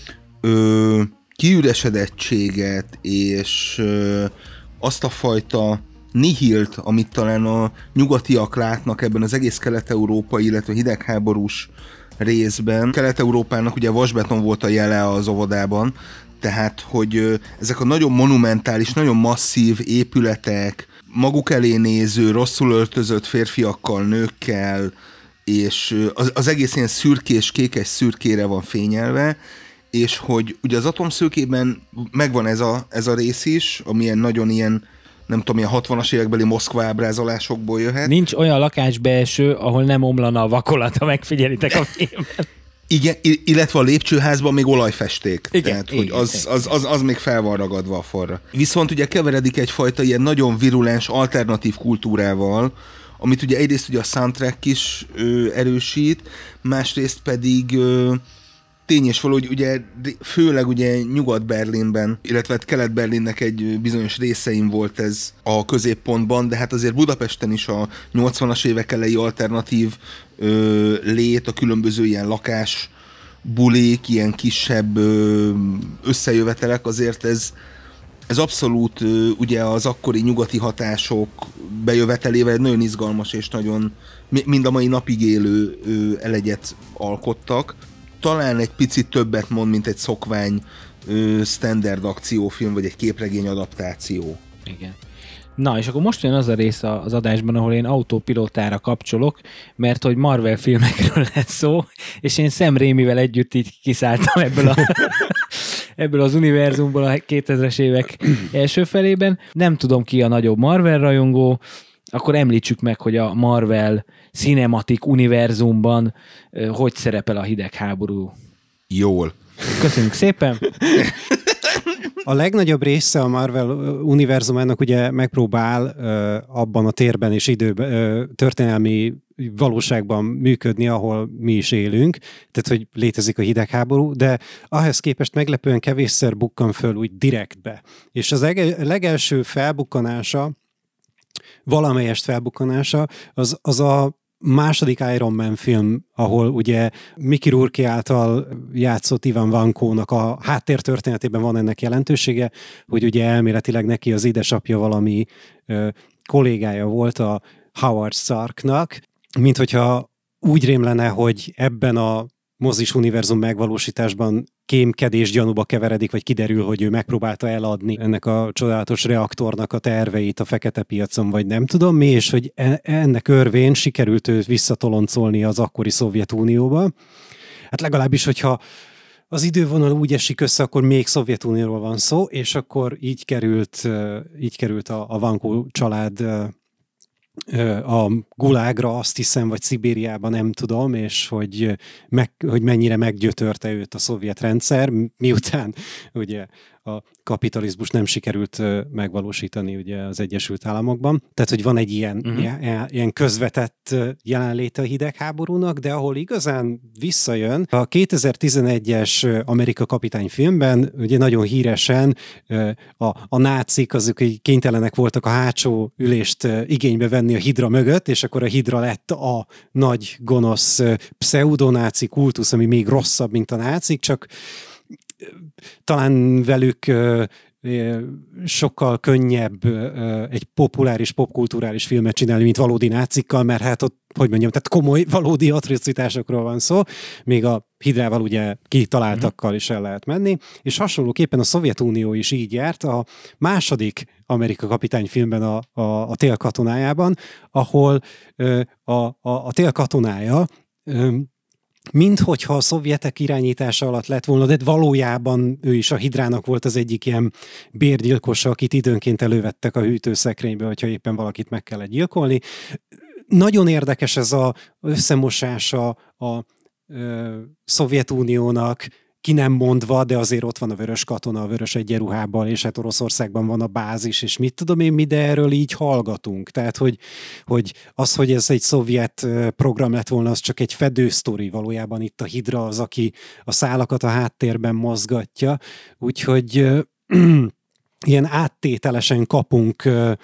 ö, kiüresedettséget, és ö, azt a fajta nihilt, amit talán a nyugatiak látnak ebben az egész kelet-európai, illetve hidegháborús részben. Kelet-európának ugye vasbeton volt a jele az óvodában, tehát, hogy ezek a nagyon monumentális, nagyon masszív épületek, maguk elé néző, rosszul öltözött férfiakkal, nőkkel, és az, az egész ilyen szürkés, kékes szürkére van fényelve, és hogy ugye az Atomszőkében megvan ez a, ez a rész is, ami ilyen nagyon ilyen, nem tudom, ilyen hatvanas évekbeli Moszkva ábrázolásokból jöhet. Nincs olyan lakásbelső, ahol nem omlana a vakolat, ha megfigyelitek a filmet. Igen, illetve a lépcsőházban még olajfesték. Igen, tehát, hogy igen, az, az, az, az még fel van ragadva a falra. Viszont ugye keveredik egyfajta ilyen nagyon virulens alternatív kultúrával, amit ugye egyrészt ugye a soundtrack is ö, erősít, másrészt pedig ö, tény és való, hogy ugye főleg ugye Nyugat-Berlinben, illetve Kelet-Berlinnek egy bizonyos részein volt ez a középpontban, de hát azért Budapesten is a nyolcvanas évek elejé alternatív ö, lét, a különböző ilyen lakás bulik, ilyen kisebb ö, összejövetelek, azért ez, ez abszolút ö, ugye az akkori nyugati hatások bejövetelével nagyon izgalmas és nagyon mind a mai napig élő ö, elegyet alkottak. Talán egy picit többet mond, mint egy szokvány ö, standard akciófilm, vagy egy képregény adaptáció. Igen. Na, és akkor most jön az a rész az adásban, ahol én autópilótára kapcsolok, mert hogy Marvel filmekről lesz szó, és én Sam Raimivel együtt így kiszálltam ebből, a, ebből az univerzumból a kétezres évek első felében. Nem tudom, ki a nagyobb Marvel rajongó, akkor említsük meg, hogy a Marvel Cinematic univerzumban uh, hogy szerepel a hidegháború. Jól. Köszönjük szépen! A legnagyobb része a Marvel univerzumának ugye megpróbál uh, abban a térben és időben, uh, történelmi valóságban működni, ahol mi is élünk, tehát hogy létezik a hidegháború, de ahhez képest meglepően kevésszer bukkan föl úgy direktbe. És az ege- legelső felbukkanása, valamelyest felbukkanása, az, az a második Iron Man film, ahol ugye Mickey Rourke által játszott Ivan Vankónak a háttértörténetében van ennek jelentősége, hogy ugye elméletileg neki az édesapja valami ö, kollégája volt a Howard Starknak, mint hogyha úgy rém lenne, hogy ebben a mozis univerzum megvalósításban kémkedés gyanúba keveredik, vagy kiderül, hogy ő megpróbálta eladni ennek a csodálatos reaktornak a terveit a fekete piacon, vagy nem tudom mi, és hogy ennek örvén sikerült őt visszatoloncolni az akkori Szovjetunióba. Hát legalábbis, hogyha az idővonal úgy esik össze, akkor még Szovjetunióról van szó, és akkor így került, így került a, a Vankó család a Gulágra, azt hiszem, vagy Szibériában, nem tudom, és hogy, meg, hogy mennyire meggyötörte őt a szovjet rendszer, miután ugye a kapitalizmus nem sikerült megvalósítani ugye az Egyesült Államokban. Tehát, hogy van egy ilyen, uh-huh. ilyen, ilyen közvetett jelenléte a hidegháborúnak, de ahol igazán visszajön, a kétezer-tizenegyes Amerika kapitány filmben ugye nagyon híresen a, a nácik azok kénytelenek voltak a hátsó ülést igénybe venni a Hidra mögött, és akkor a Hidra lett a nagy gonosz pseudonáci kultusz, ami még rosszabb, mint a nácik, csak talán velük sokkal könnyebb egy populáris, popkulturális filmet csinálni, mint valódi nácikkal, mert hát ott, hogy mondjam, tehát komoly, valódi atrocitásokról van szó, még a Hidrával ugye kitaláltakkal is el lehet menni, és hasonlóképpen a Szovjetunió is így járt a második Amerika kapitány filmben a, a, a tél katonájában, ahol a, a, a tél katonája minthogyha a szovjetek irányítása alatt lett volna, de valójában ő is a Hidrának volt az egyik ilyen bérgyilkosa, akit időnként elővettek a hűtőszekrénybe, hogyha éppen valakit meg kellett gyilkolni. Nagyon érdekes ez az összemosása a, a, a Szovjetuniónak, ki nem mondva, de azért ott van a vörös katona, a vörös egyenruhában, és hát Oroszországban van a bázis, és mit tudom én, mi, de erről így hallgatunk. Tehát, hogy, hogy az, hogy ez egy szovjet program lett volna, az csak egy fedősztori, valójában itt a Hidra az, aki a szálakat a háttérben mozgatja, úgyhogy ilyen áttételesen kapunk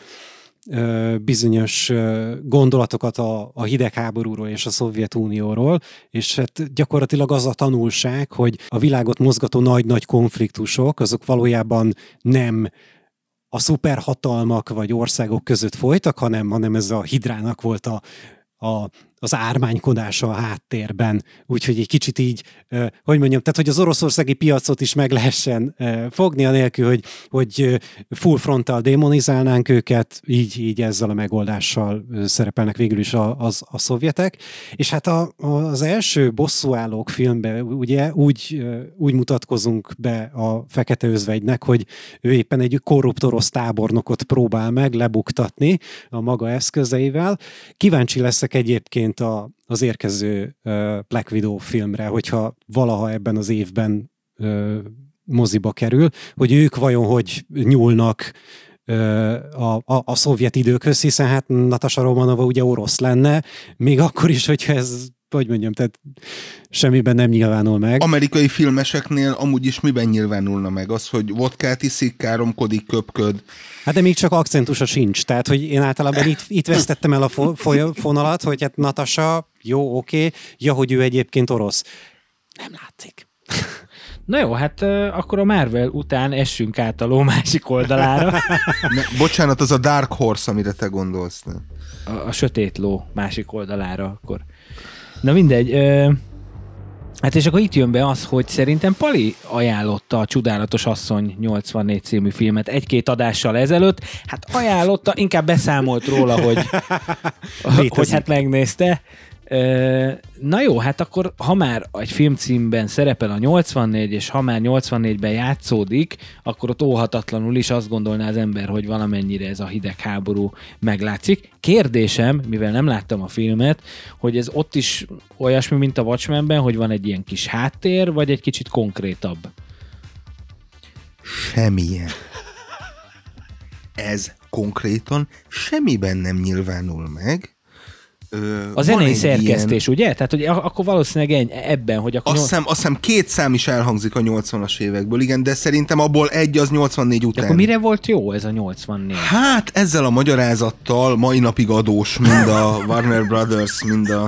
bizonyos gondolatokat a, a hidegháborúról és a Szovjetunióról, és hát gyakorlatilag az a tanulság, hogy a világot mozgató nagy-nagy konfliktusok, azok valójában nem a szuperhatalmak vagy országok között folytak, hanem, hanem ez a Hidrának volt a, a az ármánykodása a háttérben. Úgyhogy egy kicsit így, eh, hogy mondjam, tehát hogy az oroszországi piacot is meg lehessen eh, fogni, anélkül, hogy, hogy full frontal démonizálnánk őket, így, így ezzel a megoldással szerepelnek végül is a, az, a szovjetek. És hát a, az első bosszúállók filmben ugye úgy, úgy mutatkozunk be a Fekete Özvegynek, hogy ő éppen egy korrupt orosz tábornokot próbál meg lebuktatni a maga eszközeivel. Kíváncsi leszek egyébként A, az érkező uh, Black Widow filmre, hogyha valaha ebben az évben uh, moziba kerül, hogy ők vajon hogy nyúlnak uh, a, a, a szovjet időkhöz, hiszen hát Natasha Romanova ugye orosz lenne, még akkor is, hogyha ez, hogy mondjam, tehát semmiben nem nyilvánul meg. Amerikai filmeseknél amúgy is miben nyilvánulna meg? Az, hogy vodkát iszik, káromkodik, köpköd. Hát de még csak akcentusa sincs, tehát hogy én általában itt, itt vesztettem el a fo- fonalat, hogy hát Natasha, jó, oké, okay, ja, hogy ő egyébként orosz. Nem látszik. Na jó, hát uh, akkor a Marvel után essünk át a ló másik oldalára. Ne, bocsánat, az a Dark Horse, amire te gondolsz. A, a sötét ló másik oldalára akkor. Na mindegy. Uh, hát és akkor itt jön be az, hogy szerintem Pali ajánlotta a Csodálatos asszony nyolcvannégy című filmet egy-két adással ezelőtt. Hát ajánlotta, inkább beszámolt róla, hogy, hogy hát megnézte. Na jó, hát akkor ha már egy filmcímben szerepel a nyolcvannégy, és ha már nyolcvannégyben játszódik, akkor ott óhatatlanul is azt gondolná az ember, hogy valamennyire ez a hidegháború meglátszik. Kérdésem, mivel nem láttam a filmet, hogy ez ott is olyasmi, mint a Watchmenben, hogy van egy ilyen kis háttér, vagy egy kicsit konkrétabb? Semmilyen. Ez konkrétan semmiben nem nyilvánul meg. A zenei szerkesztés, ilyen... ugye? Tehát, hogy akkor valószínűleg ebben, hogy akkor... Azt hiszem, azt hiszem két szám is elhangzik a nyolcvanas évekből, igen, de szerintem abból egy az nyolcvannégy után. De akkor mire volt jó ez a nyolcvannégy? Hát ezzel a magyarázattal mai napig adós mind a Warner Brothers, mind a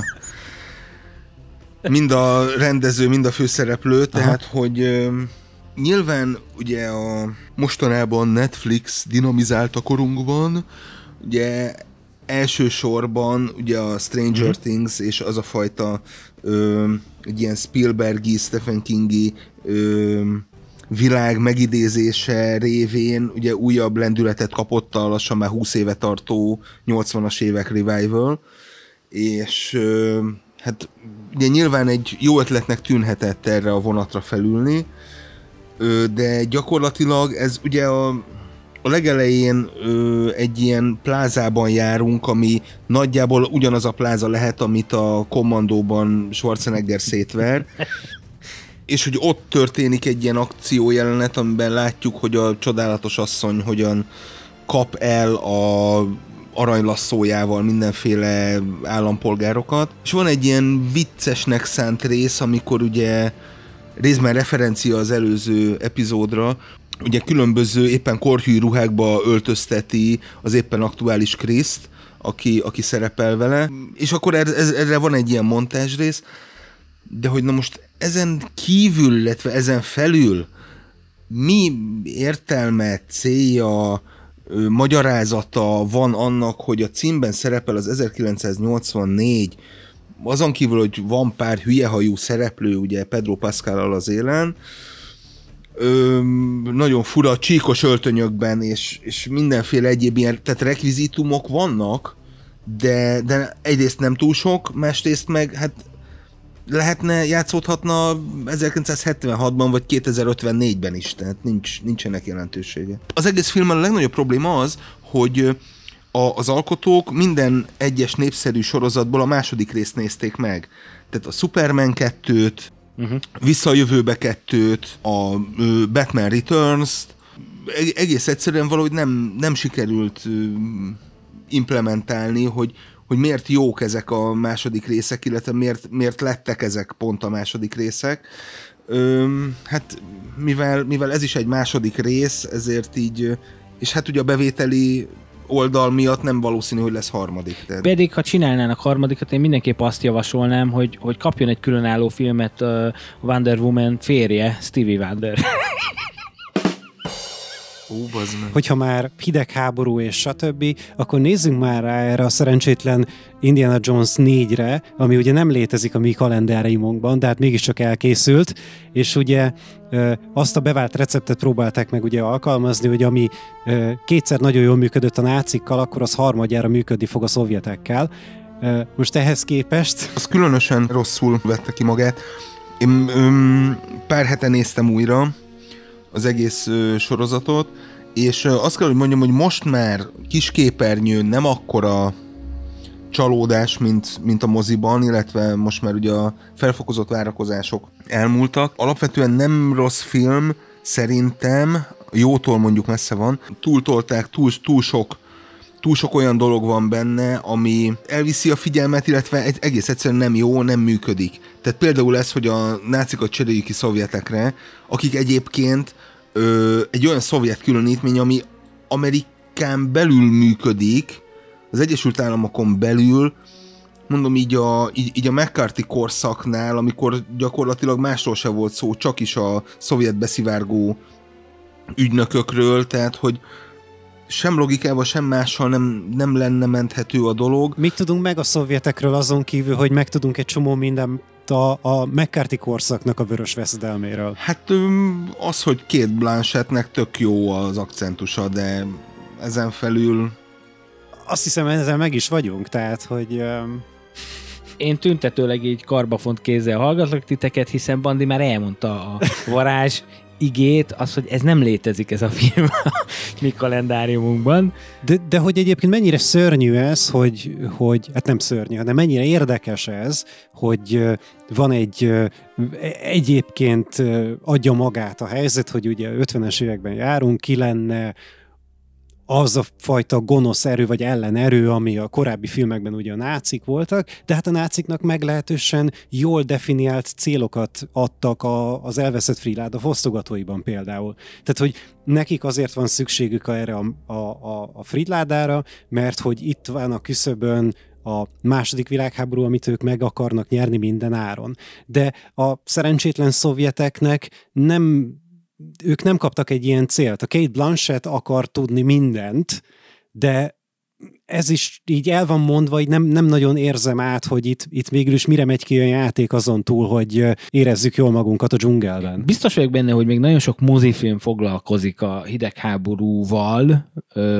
mind a rendező, mind a főszereplő, tehát, aha, hogy uh, nyilván ugye a mostanában Netflix dinamizált a korunkban, ugye elsősorban ugye a Stranger mm-hmm. Things és az a fajta ö, egy ilyen Spielbergi, Stephen Kingi ö, világ megidézése révén ugye újabb lendületet kapott a lassan már húsz éve tartó nyolcvanas évek revival, és ö, hát ugye nyilván egy jó ötletnek tűnhetett erre a vonatra felülni, ö, de gyakorlatilag ez ugye a a legelején ö, egy ilyen plázában járunk, ami nagyjából ugyanaz a pláza lehet, amit a Kommandóban Schwarzenegger szétver, és hogy ott történik egy ilyen akciójelenet, amiben látjuk, hogy a csodálatos asszony hogyan kap el a aranylasszójával mindenféle állampolgárokat. És van egy ilyen viccesnek szánt rész, amikor ugye részben referencia az előző epizódra, ugye különböző éppen korhű ruhákba öltözteti az éppen aktuális Kriszt, aki, aki szerepel vele, és akkor erre, erre van egy ilyen montázsrész, de hogy na most ezen kívül, illetve ezen felül mi értelme, célja, magyarázata van annak, hogy a címben szerepel az ezerkilencszáznyolcvannégy, azon kívül, hogy van pár hülyehajú szereplő, ugye Pedro Pascal az élen, Ö, nagyon fura, csíkos öltönyökben, és, és mindenféle egyéb ilyen, tehát rekvizitumok vannak, de, de egyrészt nem túl sok, másrészt meg hát lehetne, játszódhatna ezerkilencszázhetvenhatban vagy kétezer-ötvennégyben is, tehát nincs, nincsenek jelentősége. Az egész filmben a legnagyobb probléma az, hogy a, az alkotók minden egyes népszerű sorozatból a második részt nézték meg. Tehát a Superman kettőt, uh-huh. Vissza a jövőbe kettőt, a ö, Batman Returns-t, egész egyszerűen valahogy nem, nem sikerült ö, implementálni, hogy hogy miért jók ezek a második részek, illetve miért, miért lettek ezek pont a második részek. Öm, hát mivel, mivel ez is egy második rész, ezért így, és hát ugye a bevételi oldal miatt nem valószínű, hogy lesz harmadik. Tehát. Pedig, ha csinálnának harmadikat, én mindenképp azt javasolnám, hogy, hogy kapjon egy különálló filmet uh, Wonder Woman férje, Stevie Wonder. Ó, Hogyha már hidegháború és stb., akkor nézzünk már rá erre a szerencsétlen Indiana Jones négyre, ami ugye nem létezik a mi kalendáriumunkban, de hát mégiscsak elkészült, és ugye azt a bevált receptet próbálták meg ugye alkalmazni, hogy ami kétszer nagyon jól működött a nácikkal, akkor az harmadjára működni fog a szovjetekkel. Most ehhez képest... Az különösen rosszul vette ki magát. Én öm, pár hete néztem újra az egész ö, sorozatot, és ö, azt kell, hogy mondjam, hogy most már kisképernyőn nem akkora csalódás, mint, mint a moziban, illetve most már ugye a felfokozott várakozások elmúltak. Alapvetően nem rossz film, szerintem, jótól mondjuk messze van, túltolták, túl, túl sok túl sok olyan dolog van benne, ami elviszi a figyelmet, illetve egy, egész egyszerűen nem jó, nem működik. Tehát például ez, hogy a nácikat cseréljük ki szovjetekre, akik egyébként ö, egy olyan szovjet különítmény, ami Amerikán belül működik, az Egyesült Államokon belül, mondom így a, így, így a McCarthy korszaknál, amikor gyakorlatilag másról se volt szó, csak is a szovjet beszivárgó ügynökökről, tehát hogy sem logikával, sem mással nem, nem lenne menthető a dolog. Mit tudunk meg a szovjetekről azon kívül, hogy megtudunk egy csomó mindent a, a McCarthy korszaknak a vörös veszedelméről? Hát az, hogy Kate Blanchettnek tök jó az akcentusa, de ezen felül... Azt hiszem, ezzel meg is vagyunk, tehát, hogy... Um... Én tüntetőleg így karbafont kézzel hallgatlak titeket, hiszen Bandi már elmondta a varázs igét, az, hogy ez nem létezik ez a film a mi kalendáriumunkban. De, de hogy egyébként mennyire szörnyű ez, hogy, hogy, hát nem szörnyű, hanem mennyire érdekes ez, hogy van egy egyébként adja magát a helyzet, hogy ugye ötvenes években járunk, ki lenne az a fajta gonosz erő vagy ellenerő, ami a korábbi filmekben ugye a nácik voltak, de hát a náciknak meglehetősen jól definiált célokat adtak a, az elveszett Friláda fosztogatóiban például. Tehát, hogy nekik azért van szükségük erre a, a, a, a Friládára, mert hogy itt van a küszöbön a második világháború, amit ők meg akarnak nyerni minden áron. De a szerencsétlen szovjeteknek nem ők nem kaptak egy ilyen célt. A Kate Blanchett akar tudni mindent, de ez is így el van mondva, így nem, nem nagyon érzem át, hogy itt, itt mégis mire megy ki a játék azon túl, hogy érezzük jól magunkat a dzsungelben. Biztos vagyok benne, hogy még nagyon sok mozifilm foglalkozik a hidegháborúval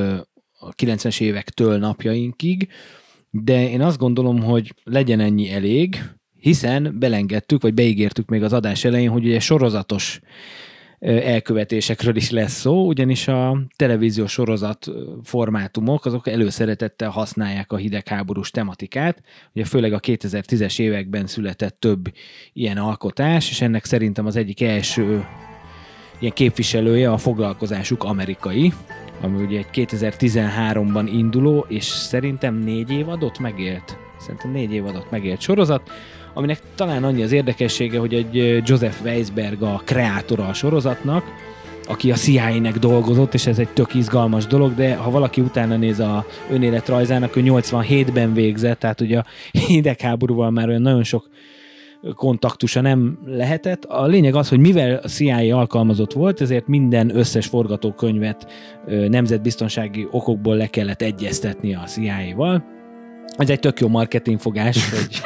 a kilencvenes évektől napjainkig, de én azt gondolom, hogy legyen ennyi elég, hiszen belengedtük, vagy beígértük még az adás elején, hogy ugye sorozatos elkövetésekről is lesz szó, ugyanis a televíziós sorozat formátumok azok előszeretettel használják a hidegháborús tematikát, ugye főleg a kétezer-tízes években született több ilyen alkotás, és ennek szerintem az egyik első ilyen képviselője a foglalkozásuk amerikai, ami ugye egy kétezer-tizenháromban induló, és szerintem négy évadot megélt. Szerintem négy évadot megélt sorozat, aminek talán annyi az érdekessége, hogy egy Joseph Weisberg a kreátora a sorozatnak, aki a C I A-nek dolgozott, és ez egy tök izgalmas dolog, de ha valaki utána néz a önéletrajzának, ő nyolcvanhétben végzett, tehát ugye a hidegháborúval már olyan nagyon sok kontaktusa nem lehetett. A lényeg az, hogy mivel a C I A alkalmazott volt, ezért minden összes forgatókönyvet nemzetbiztonsági okokból le kellett egyeztetni a C I A-val. Ez egy tök jó marketingfogás. Hogy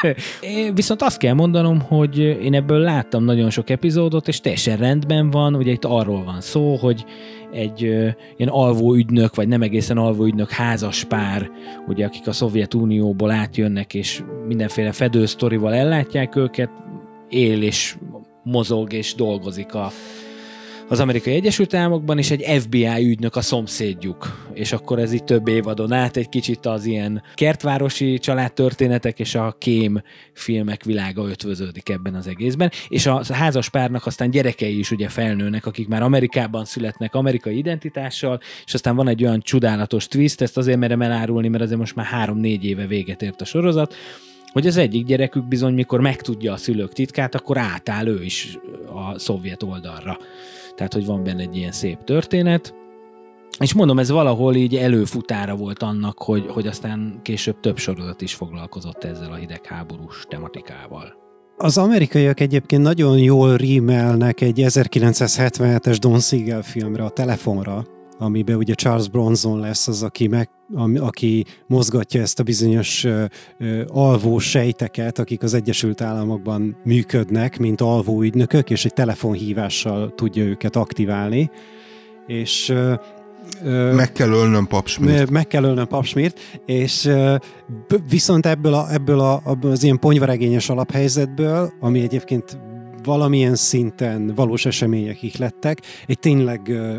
viszont azt kell mondanom, hogy én ebből láttam nagyon sok epizódot, és teljesen rendben van. Ugye itt arról van szó, hogy egy ilyen alvó ügynök, vagy nem egészen alvó ügynök házas pár, ugye, akik a Szovjetunióból átjönnek, és mindenféle fedősztorival ellátják őket, él és mozog és dolgozik a az Amerikai Egyesült Államokban, és egy F B I ügynök a szomszédjuk. És akkor ez így több évadon át egy kicsit az ilyen kertvárosi családtörténetek és a kém filmek világa ötvöződik ebben az egészben. És a házas párnak aztán gyerekei is ugye felnőnek, akik már Amerikában születnek amerikai identitással, és aztán van egy olyan csodálatos twist, ezt azért merem elárulni, mert azért most már három-négy éve véget ért a sorozat, hogy az egyik gyerekük bizony, mikor megtudja a szülők titkát, akkor átáll ő is a szovjet oldalra. Tehát, hogy van benne egy ilyen szép történet. És mondom, ez valahol így előfutára volt annak, hogy, hogy aztán később több sorozat is foglalkozott ezzel a hidegháborús tematikával. Az amerikaiak egyébként nagyon jól rímelnek egy ezerkilencszázhetvenhetes Don Siegel filmre, a Telefonra, amiben ugye Charles Bronson lesz az, aki, meg, aki mozgatja ezt a bizonyos uh, uh, alvó sejteket, akik az Egyesült Államokban működnek, mint alvó ügynökök, és egy telefonhívással tudja őket aktiválni. És uh, uh, meg kell ölnöm Papsmirt. Meg kell ölnöm Papsmirt, és uh, viszont ebből, a, ebből a, az ilyen ponyvaregényes alaphelyzetből, ami egyébként valamilyen szinten valós események ihlettek, egy tényleg uh,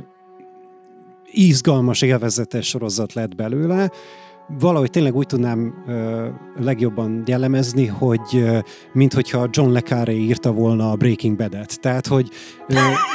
izgalmas, élvezetes sorozat lett belőle. Valahogy tényleg úgy tudnám ö, legjobban jellemezni, hogy ö, minthogyha John le Carré írta volna a Breaking Bad-et. Tehát, hogy ö,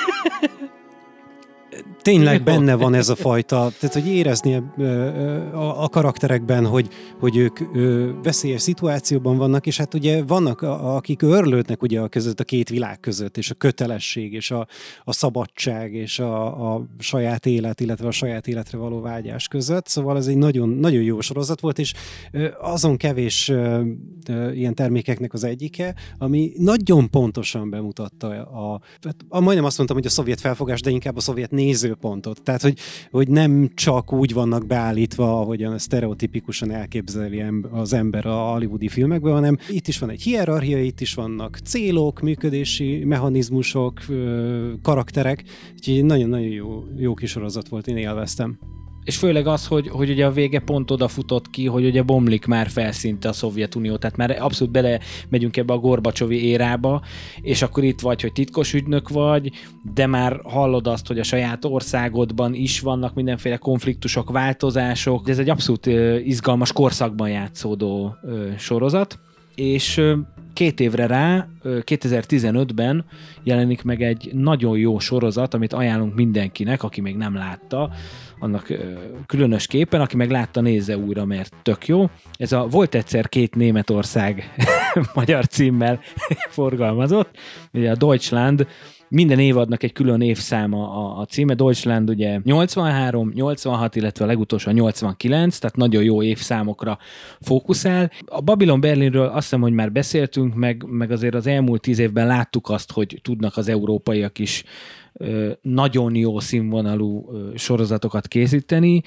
tényleg benne van ez a fajta, tehát, hogy érezni a, a karakterekben, hogy, hogy ők veszélyes szituációban vannak, és hát ugye vannak, akik örlődnek ugye a között, a két világ között, és a kötelesség, és a, a szabadság, és a, a saját élet, illetve a saját életre való vágyás között. Szóval ez egy nagyon, nagyon jó sorozat volt, és azon kevés ilyen termékeknek az egyike, ami nagyon pontosan bemutatta a, a majdnem azt mondtam, hogy a szovjet felfogás, de inkább a szovjet nézőpontot. Tehát, hogy, hogy nem csak úgy vannak beállítva, ahogyan sztereotipikusan elképzeli az ember a hollywoodi filmekben, hanem itt is van egy hierarchia, itt is vannak célok, működési mechanizmusok, karakterek. Úgyhogy nagyon-nagyon jó, jó kis sorozat volt, én élveztem. És főleg az, hogy, hogy ugye a vége pont oda futott ki, hogy ugye bomlik már felszinte a Szovjetunió, tehát már abszolút bele megyünk ebbe a Gorbacsovi érába, és akkor itt vagy, hogy titkos ügynök vagy, de már hallod azt, hogy a saját országodban is vannak mindenféle konfliktusok, változások. Ez egy abszolút izgalmas korszakban játszódó sorozat, és két évre rá, kétezer-tizenötben jelenik meg egy nagyon jó sorozat, amit ajánlunk mindenkinek, aki még nem látta, annak különösképpen, aki meg látta, nézze újra, mert tök jó. Ez a Volt egyszer két Németország magyar címmel forgalmazott, ugye a Deutschland, minden évadnak egy külön évszáma a, a címe. Deutschland ugye nyolcvanhárom, nyolcvanhat, illetve a legutolsó a nyolcvankilenc, tehát nagyon jó évszámokra fókuszál. A Babylon Berlinről azt hiszem, hogy már beszéltünk, meg, meg azért az elmúlt tíz évben láttuk azt, hogy tudnak az európaiak is ö, nagyon jó színvonalú ö, sorozatokat készíteni.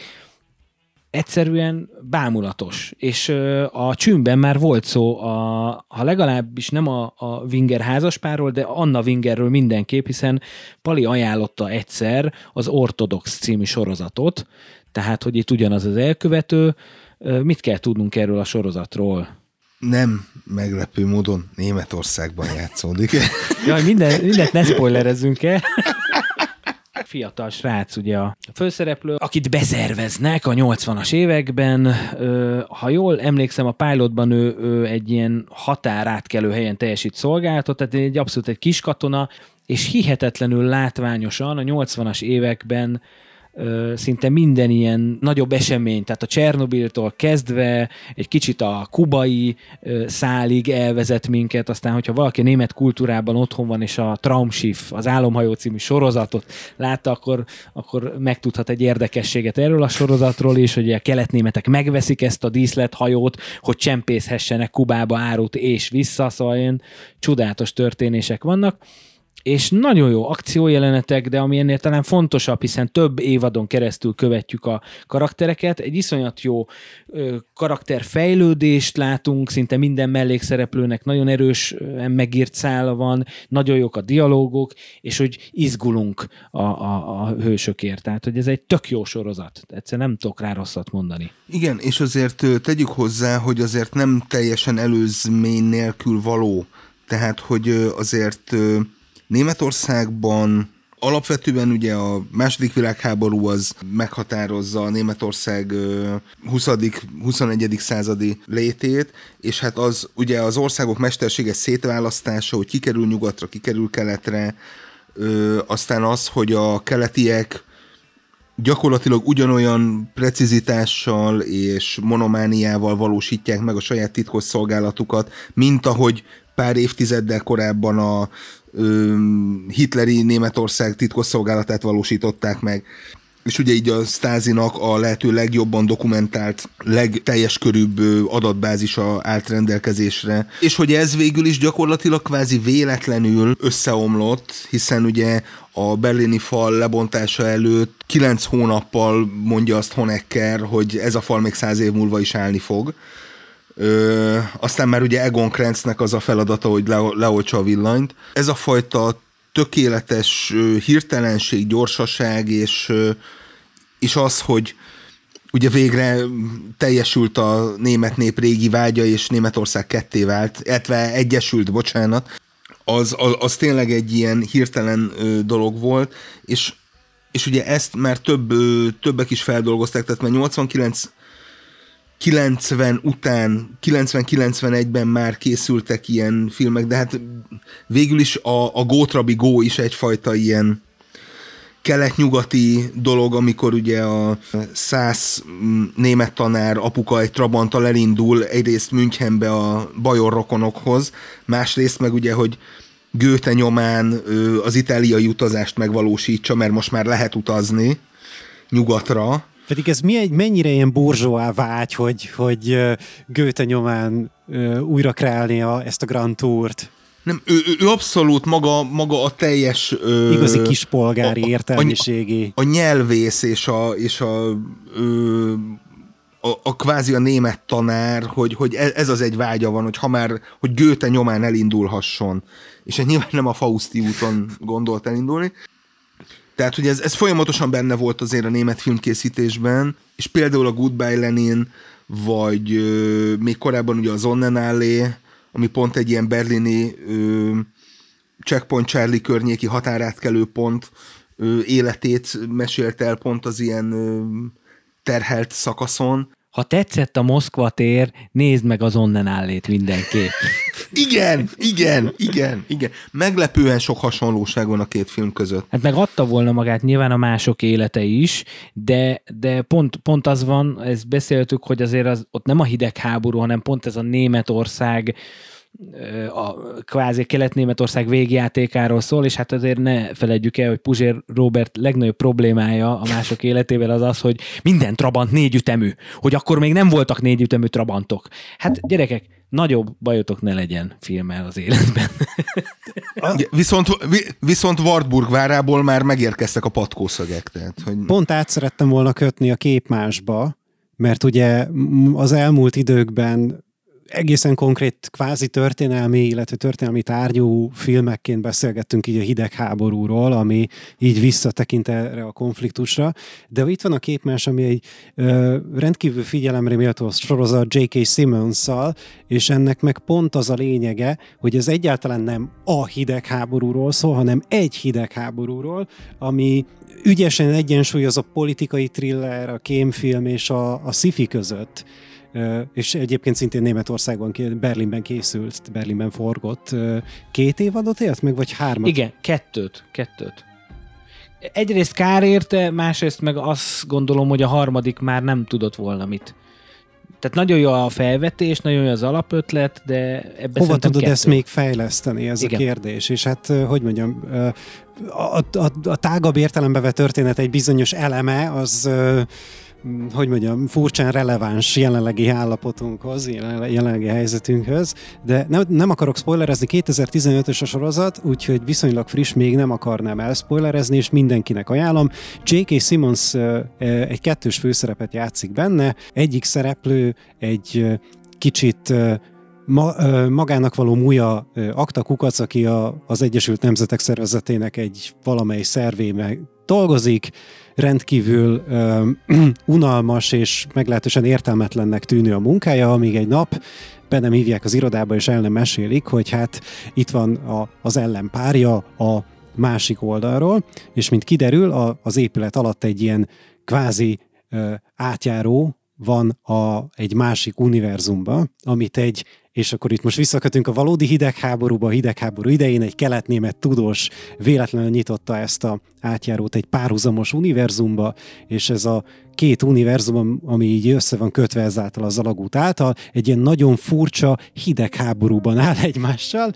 Egyszerűen bámulatos. És ö, a Csűnben már volt szó, a, ha legalábbis nem a, a Winger házaspárról, de Anna Wingerről mindenképp, hiszen Pali ajánlotta egyszer az Ortodox című sorozatot, tehát, hogy itt ugyanaz az elkövető. Ö, mit kell tudnunk erről a sorozatról? Nem meglepő módon Németországban játszódik. Jaj, minden, mindent ne spoilerezzünk el. fiatal srác, ugye a főszereplő, akit beszerveznek a nyolcvanas években. Ha jól emlékszem, a pilotban ő, ő egy ilyen határátkelő helyen teljesít szolgálatot, tehát egy abszolút egy kis katona, és hihetetlenül látványosan a nyolcvanas években ö, szinte minden ilyen nagyobb esemény, tehát a Csernobiltól kezdve egy kicsit a kubai ö, szálig elvezet minket, aztán hogyha valaki a német kultúrában otthon van, és a Traumschiff, az Álomhajó című sorozatot látta, akkor, akkor megtudhat egy érdekességet erről a sorozatról is, hogy a keletnémetek megveszik ezt a díszlethajót, hogy csempészhessenek Kubába árut és vissza, szóval ilyen csodálatos történések vannak. És nagyon jó akciójelenetek, de ami ennél talán fontosabb, hiszen több évadon keresztül követjük a karaktereket, egy iszonyat jó ö, karakterfejlődést látunk, szinte minden mellékszereplőnek nagyon erősen megírt szála van, nagyon jók a dialógok, és hogy izgulunk a, a, a hősökért. Tehát, hogy ez egy tök jó sorozat. Egyszerűen nem tudok rá rosszat mondani. Igen, és azért tegyük hozzá, hogy azért nem teljesen előzmény nélkül való. Tehát, hogy azért Németországban alapvetően ugye a második világháború az meghatározza a Németország huszadik-huszonegyedik századi létét, és hát az ugye az országok mesterséges szétválasztása, hogy kikerül nyugatra, kikerül keletre, aztán az, hogy a keletiek gyakorlatilag ugyanolyan precizitással és monomániával valósítják meg a saját titkos szolgálatukat, mint ahogy pár évtizeddel korábban a ö, hitleri Németország titkosszolgálatát valósították meg. És ugye így a Stasinak a lehető legjobban dokumentált, legteljes körűbb adatbázisa állt rendelkezésre. És hogy ez végül is gyakorlatilag kvázi véletlenül összeomlott, hiszen ugye a berlini fal lebontása előtt kilenc hónappal mondja azt Honecker, hogy ez a fal még száz év múlva is állni fog. Ö, aztán már ugye Egon Krentznek az a feladata, hogy le, leoltsa a villanyt. Ez a fajta tökéletes ö, hirtelenség, gyorsaság, és, ö, és az, hogy ugye végre teljesült a német nép régi vágya, és Németország ketté vált, illetve egyesült, bocsánat, az, az, az tényleg egy ilyen hirtelen ö, dolog volt, és, és ugye ezt már több, ö, többek is feldolgozták, tehát már nyolcvankilenc kilencven után, kilencven-kilencvenegyben már készültek ilyen filmek, de hát végül is a, a Go Trabi Go is egyfajta ilyen kelet-nyugati dolog, amikor ugye a száz német tanár apuka egy Trabanttal elindul egyrészt Münchenbe a bajor rokonokhoz, másrészt meg ugye, hogy Goethe nyomán az itáliai utazást megvalósítsa, mert most már lehet utazni nyugatra. Pedig ez mi egy, mennyire ilyen burzsóá vágy, hogy, hogy Goethe nyomán újra kreálni a, ezt a Grand Tourt. Nem, ő, ő abszolút maga, maga a teljes... Igazi kispolgári a, a, értelmiségi. A, a nyelvész és a, és a, a, a kvázi a német tanár, hogy, hogy ez az egy vágya van, hogy ha már, hogy Goethe nyomán elindulhasson. És ez nyilván nem a Fauszti úton gondolt elindulni. Tehát, hogy ez, ez folyamatosan benne volt azért a német filmkészítésben, és például a Goodbye Lenin, vagy ö, még korábban ugye a Sonnenallee, ami pont egy ilyen berlini ö, Checkpoint Charlie környéki határátkelő pont ö, életét mesélt el pont az ilyen ö, terhelt szakaszon. Ha tetszett a Moszkva tér, nézd meg az Sonnenallét mindenképp. Igen, igen, igen, igen. Meglepően sok hasonlóság van a két film között. Hát meg adta volna magát nyilván a mások élete is, de, de pont, pont az van, ezt beszéltük, hogy azért az, ott nem a hidegháború, hanem pont ez a Németország, a kvázi Kelet-Németország végjátékáról szól, és hát azért ne feledjük el, hogy Puzsér Róbert legnagyobb problémája a mások életével az az, hogy minden Trabant négyütemű, hogy akkor még nem voltak négyütemű Trabantok. Hát gyerekek, nagyobb bajotok ne legyen filmmel az életben. viszont, viszont Wartburg várából már megérkeztek a patkószögek. Tehát, hogy... Pont át szerettem volna kötni a képmásba, mert ugye az elmúlt időkben egészen konkrét kvázi történelmi, illetve történelmi tárgyú filmekként beszélgettünk így a hidegháborúról, ami így visszatekint erre a konfliktusra, de itt van a képmás, ami egy ö, rendkívül figyelemre méltó sorozat jé ká. Simmons-szal, és ennek meg pont az a lényege, hogy ez egyáltalán nem a hidegháborúról szól, hanem egy hidegháborúról, ami ügyesen egyensúlyoz a politikai thriller, a kémfilm és a, a sci-fi között. Uh, és egyébként szintén Németországban, Berlinben készült, Berlinben forgott. Uh, két évadot élt meg, vagy hármat? Igen, kettőt, kettőt. Egyrészt kár érte, másrészt meg azt gondolom, hogy a harmadik már nem tudott volna mit. Tehát nagyon jó a felvetés, nagyon jó az alapötlet, de ebben hova tudod kettő. Ezt még fejleszteni, ez Igen. a kérdés. És hát, hogy mondjam, a, a, a tágabb értelembe vett történet egy bizonyos eleme, az hogy mondjam, furcsán releváns jelenlegi állapotunkhoz, jelenlegi helyzetünkhöz, de nem, nem akarok spoilerezni, kétezer-tizenötös a sorozat, úgyhogy viszonylag friss, még nem akarnám elspoilerezni, és mindenkinek ajánlom. jé ká. Simmons egy kettős főszerepet játszik benne, egyik szereplő egy kicsit Ma, magának való múja Akta Kukac, aki a, az Egyesült Nemzetek Szervezetének egy valamely szervében dolgozik, rendkívül um, unalmas és meglehetősen értelmetlennek tűnő a munkája, amíg egy nap be nem hívják az irodába, és el nem mesélik, hogy hát itt van a, az ellenpárja a másik oldalról, és mint kiderül, a, az épület alatt egy ilyen kvázi uh, átjáró van a, egy másik univerzumba, amit egy, és akkor itt most visszakötünk a valódi hidegháborúba, a hidegháború idején egy keletnémet tudós véletlenül nyitotta ezt a átjárót egy párhuzamos univerzumba, és ez a két univerzum, ami így össze van kötve ezáltal az alagút által, egy ilyen nagyon furcsa hidegháborúban áll egymással,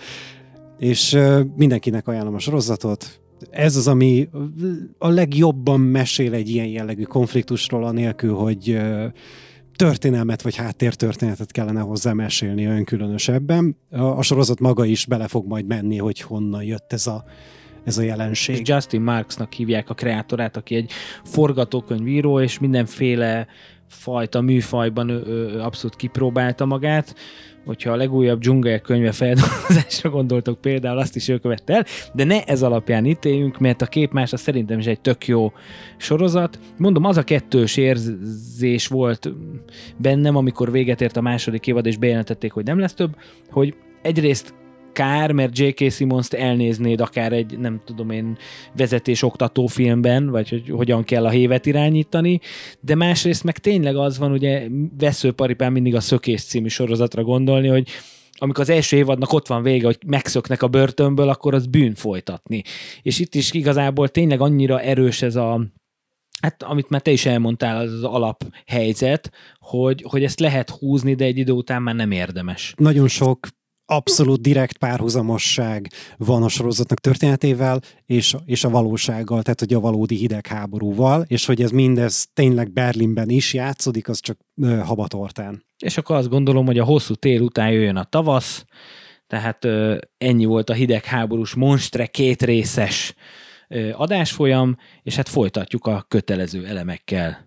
és uh, mindenkinek ajánlom a sorozatot. Ez az, ami a legjobban mesél egy ilyen jellegű konfliktusról, anélkül, hogy uh, történelmet vagy háttértörténetet kellene hozzá mesélni olyan különösebben. A, a sorozat maga is bele fog majd menni, hogy honnan jött ez a, ez a jelenség. És Justin Marksnak hívják a kreatorát, aki egy forgatókönyvíró, és mindenféle fajta műfajban ő, ő abszolút kipróbálta magát. Hogyha a legújabb Dzsungel könyve feldolgozásra gondoltok, például azt is ő követte el, de ne ez alapján ítéljünk, mert a képmás az szerintem is egy tök jó sorozat. Mondom, az a kettős érzés volt bennem, amikor véget ért a második évad, és bejelentették, hogy nem lesz több, hogy egyrészt kár, mert jé ká. Simmons-t elnéznéd akár egy, nem tudom én, vezetés-oktató filmben, vagy hogy hogyan kell a hévet irányítani, de másrészt meg tényleg az van, ugye veszőparipán mindig a Szökés című sorozatra gondolni, hogy amikor az első évadnak ott van vége, hogy megszöknek a börtönből, akkor az bűn folytatni. És itt is igazából tényleg annyira erős ez a, hát amit már te is elmondtál, az az alaphelyzet, hogy, hogy ezt lehet húzni, de egy idő után már nem érdemes. Nagyon sok abszolút direkt párhuzamosság van a sorozatnak történetével, és, és a valósággal, tehát hogy a valódi hidegháborúval, és hogy ez mindez tényleg Berlinben is játszódik, az csak ö, habatortán. És akkor azt gondolom, hogy a hosszú tél után jöjjön a tavasz, tehát ö, ennyi volt a hidegháborús monstre két részes ö, adásfolyam, és hát folytatjuk a kötelező elemekkel.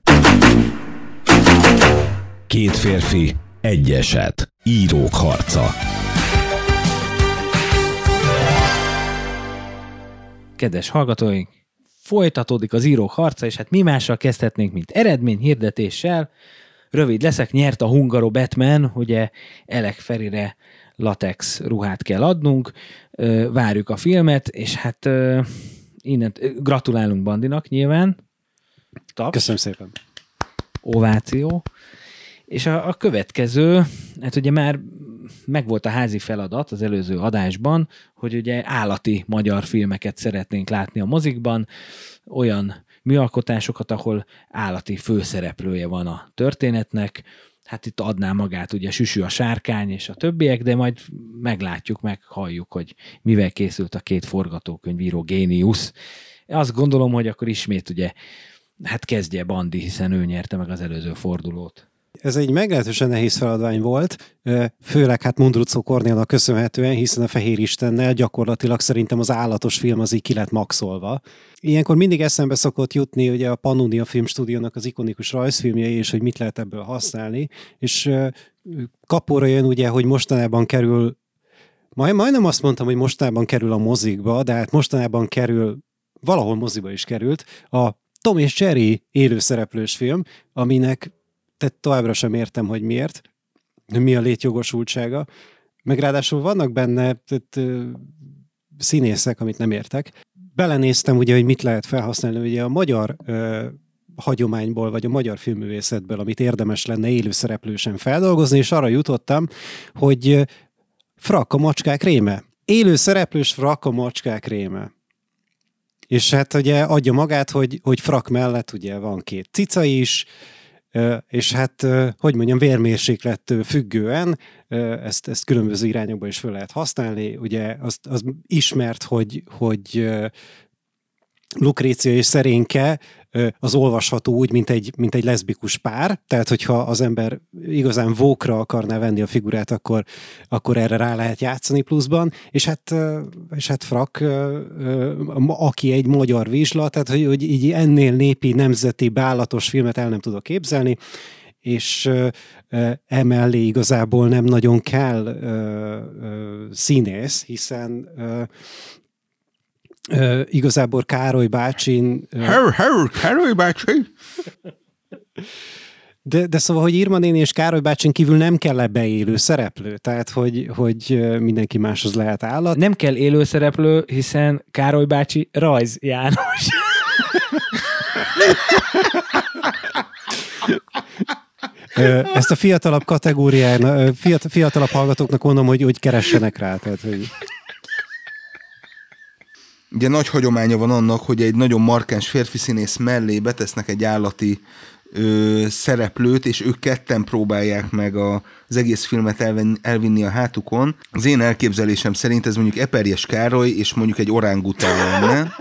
Két férfi, egy eset. Írók harca. Kedves hallgatóink, folytatódik az írók harca, és hát mi mással kezdhetnénk, mint eredményhirdetéssel. Rövid leszek, nyert a Hungaro Batman, ugye Elek Ferire latex ruhát kell adnunk, várjuk a filmet, és hát innen gratulálunk Bandinak nyilván. Taps. Köszönöm szépen. Ováció. És a, a következő, hát ugye már megvolt a házi feladat az előző adásban, hogy ugye állati magyar filmeket szeretnénk látni a mozikban, olyan műalkotásokat, ahol állati főszereplője van a történetnek. Hát itt adná magát ugye Süsű a sárkány és a többiek, de majd meglátjuk, meghalljuk, hogy mivel készült a két forgatókönyvíró géniusz. Azt gondolom, hogy akkor ismét ugye, hát kezdje Bandi, hiszen ő nyerte meg az előző fordulót. Ez egy meglehetősen nehéz feladvány volt, főleg hát Mundruczó Kornélnak köszönhetően, hiszen a Fehér Istennel gyakorlatilag szerintem az állatos film az így ki lett maxolva. Ilyenkor mindig eszembe szokott jutni ugye a Pannonia Filmstúdiónak az ikonikus rajzfilmjei, és hogy mit lehet ebből használni, és kapóra jön ugye, hogy mostanában kerül, majd, majdnem azt mondtam, hogy mostanában kerül a mozikba, de hát mostanában kerül, valahol moziba is került, a Tom és Jerry élőszereplős film, aminek tehát továbbra sem értem, hogy miért, mi a létjogosultsága, meg ráadásul vannak benne tehát, színészek, amit nem értek. Belenéztem ugye, hogy mit lehet felhasználni, ugye a magyar ö, hagyományból, vagy a magyar filmművészetből, amit érdemes lenne élőszereplősen feldolgozni, és arra jutottam, hogy frak a macskák réme. Élőszereplős frak a macskák réme. És hát ugye adja magát, hogy, hogy frak mellett ugye van két cica is, és hát, hogy mondjam, vérmérséklettől függően ezt, ezt különböző irányokban is fel lehet használni. Ugye az, az ismert, hogy, hogy Lukrécia és Szerénke az olvasható úgy, mint egy, mint egy leszbikus pár, tehát hogyha az ember igazán vókra akarná venni a figurát, akkor, akkor erre rá lehet játszani pluszban, és hát, és hát Frak, aki egy magyar vizsla, tehát hogy, hogy így ennél népi, nemzeti, bálatos filmet el nem tudok képzelni, és emellé igazából nem nagyon kell színész, hiszen Uh, igazából Károly bácsin... Uh, Her, her, Károly bácsi! De, de szóval, hogy Irma néni és Károly bácsin kívül nem kell ebbe élő szereplő, tehát hogy, hogy mindenki máshoz lehet állat. Nem kell élő szereplő, hiszen Károly bácsi Rajz János. uh, ezt a fiatalabb kategórián, fiatal, fiatalabb hallgatóknak mondom, hogy, hogy keressenek rá, tehát hogy... Ugye nagy hagyománya van annak, hogy egy nagyon markáns férfi színész mellé betesznek egy állati ö, szereplőt, és ők ketten próbálják meg a, az egész filmet elvenni, elvinni a hátukon. Az én elképzelésem szerint ez mondjuk Eperjes Károly, és mondjuk egy orángután lenne,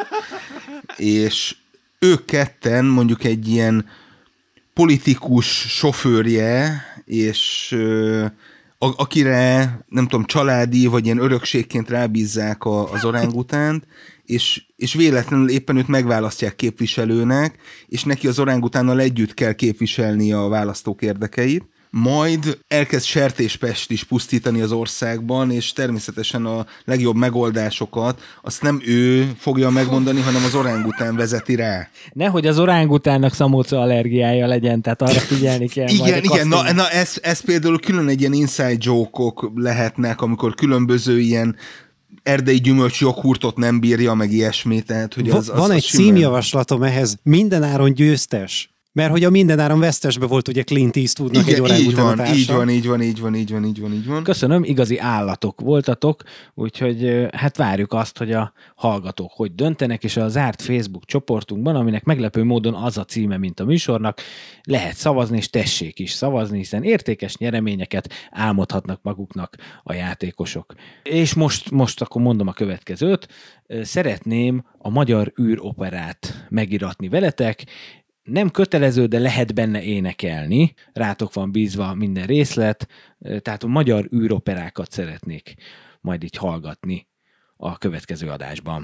és ők ketten mondjuk egy ilyen politikus sofőrje, és... Ö, akire, nem tudom, családi, vagy ilyen örökségként rábízzák a, az orángutánt, és, és véletlenül éppen őt megválasztják képviselőnek, és neki az orángutánnal együtt kell képviselni a választók érdekeit. Majd elkezd sertéspest is pusztítani az országban, és természetesen a legjobb megoldásokat azt nem ő fogja megmondani, hanem az orángután vezeti rá. Nehogy az orángutánnak szamóca allergiája legyen, tehát arra figyelni kell. Igen, igen, na, na ez, ez például külön egy ilyen inside joke-ok lehetnek, amikor különböző ilyen erdei gyümölcs joghurtot nem bírja, meg ilyesmi. Tehát, hogy az, az, Van az egy simán... címjavaslatom ehhez, mindenáron győztes. Mert hogy a mindenáron vesztesbe volt ugye Clint Eastwoodnak igen, egy orángután társa. Így van, így van, így van, így van, így van, így van. Köszönöm, igazi állatok voltatok, úgyhogy hát várjuk azt, hogy a hallgatók hogy döntenek, és a zárt Facebook csoportunkban, aminek meglepő módon az a címe, mint a műsornak, lehet szavazni, és tessék is szavazni, hiszen értékes nyereményeket álmodhatnak maguknak a játékosok. És most, most akkor mondom a következőt. Szeretném a Magyar űroperát megiratni veletek. Nem kötelező, de lehet benne énekelni. Rátok van bízva minden részlet, tehát a magyar űroperákat szeretnék majd így hallgatni a következő adásban.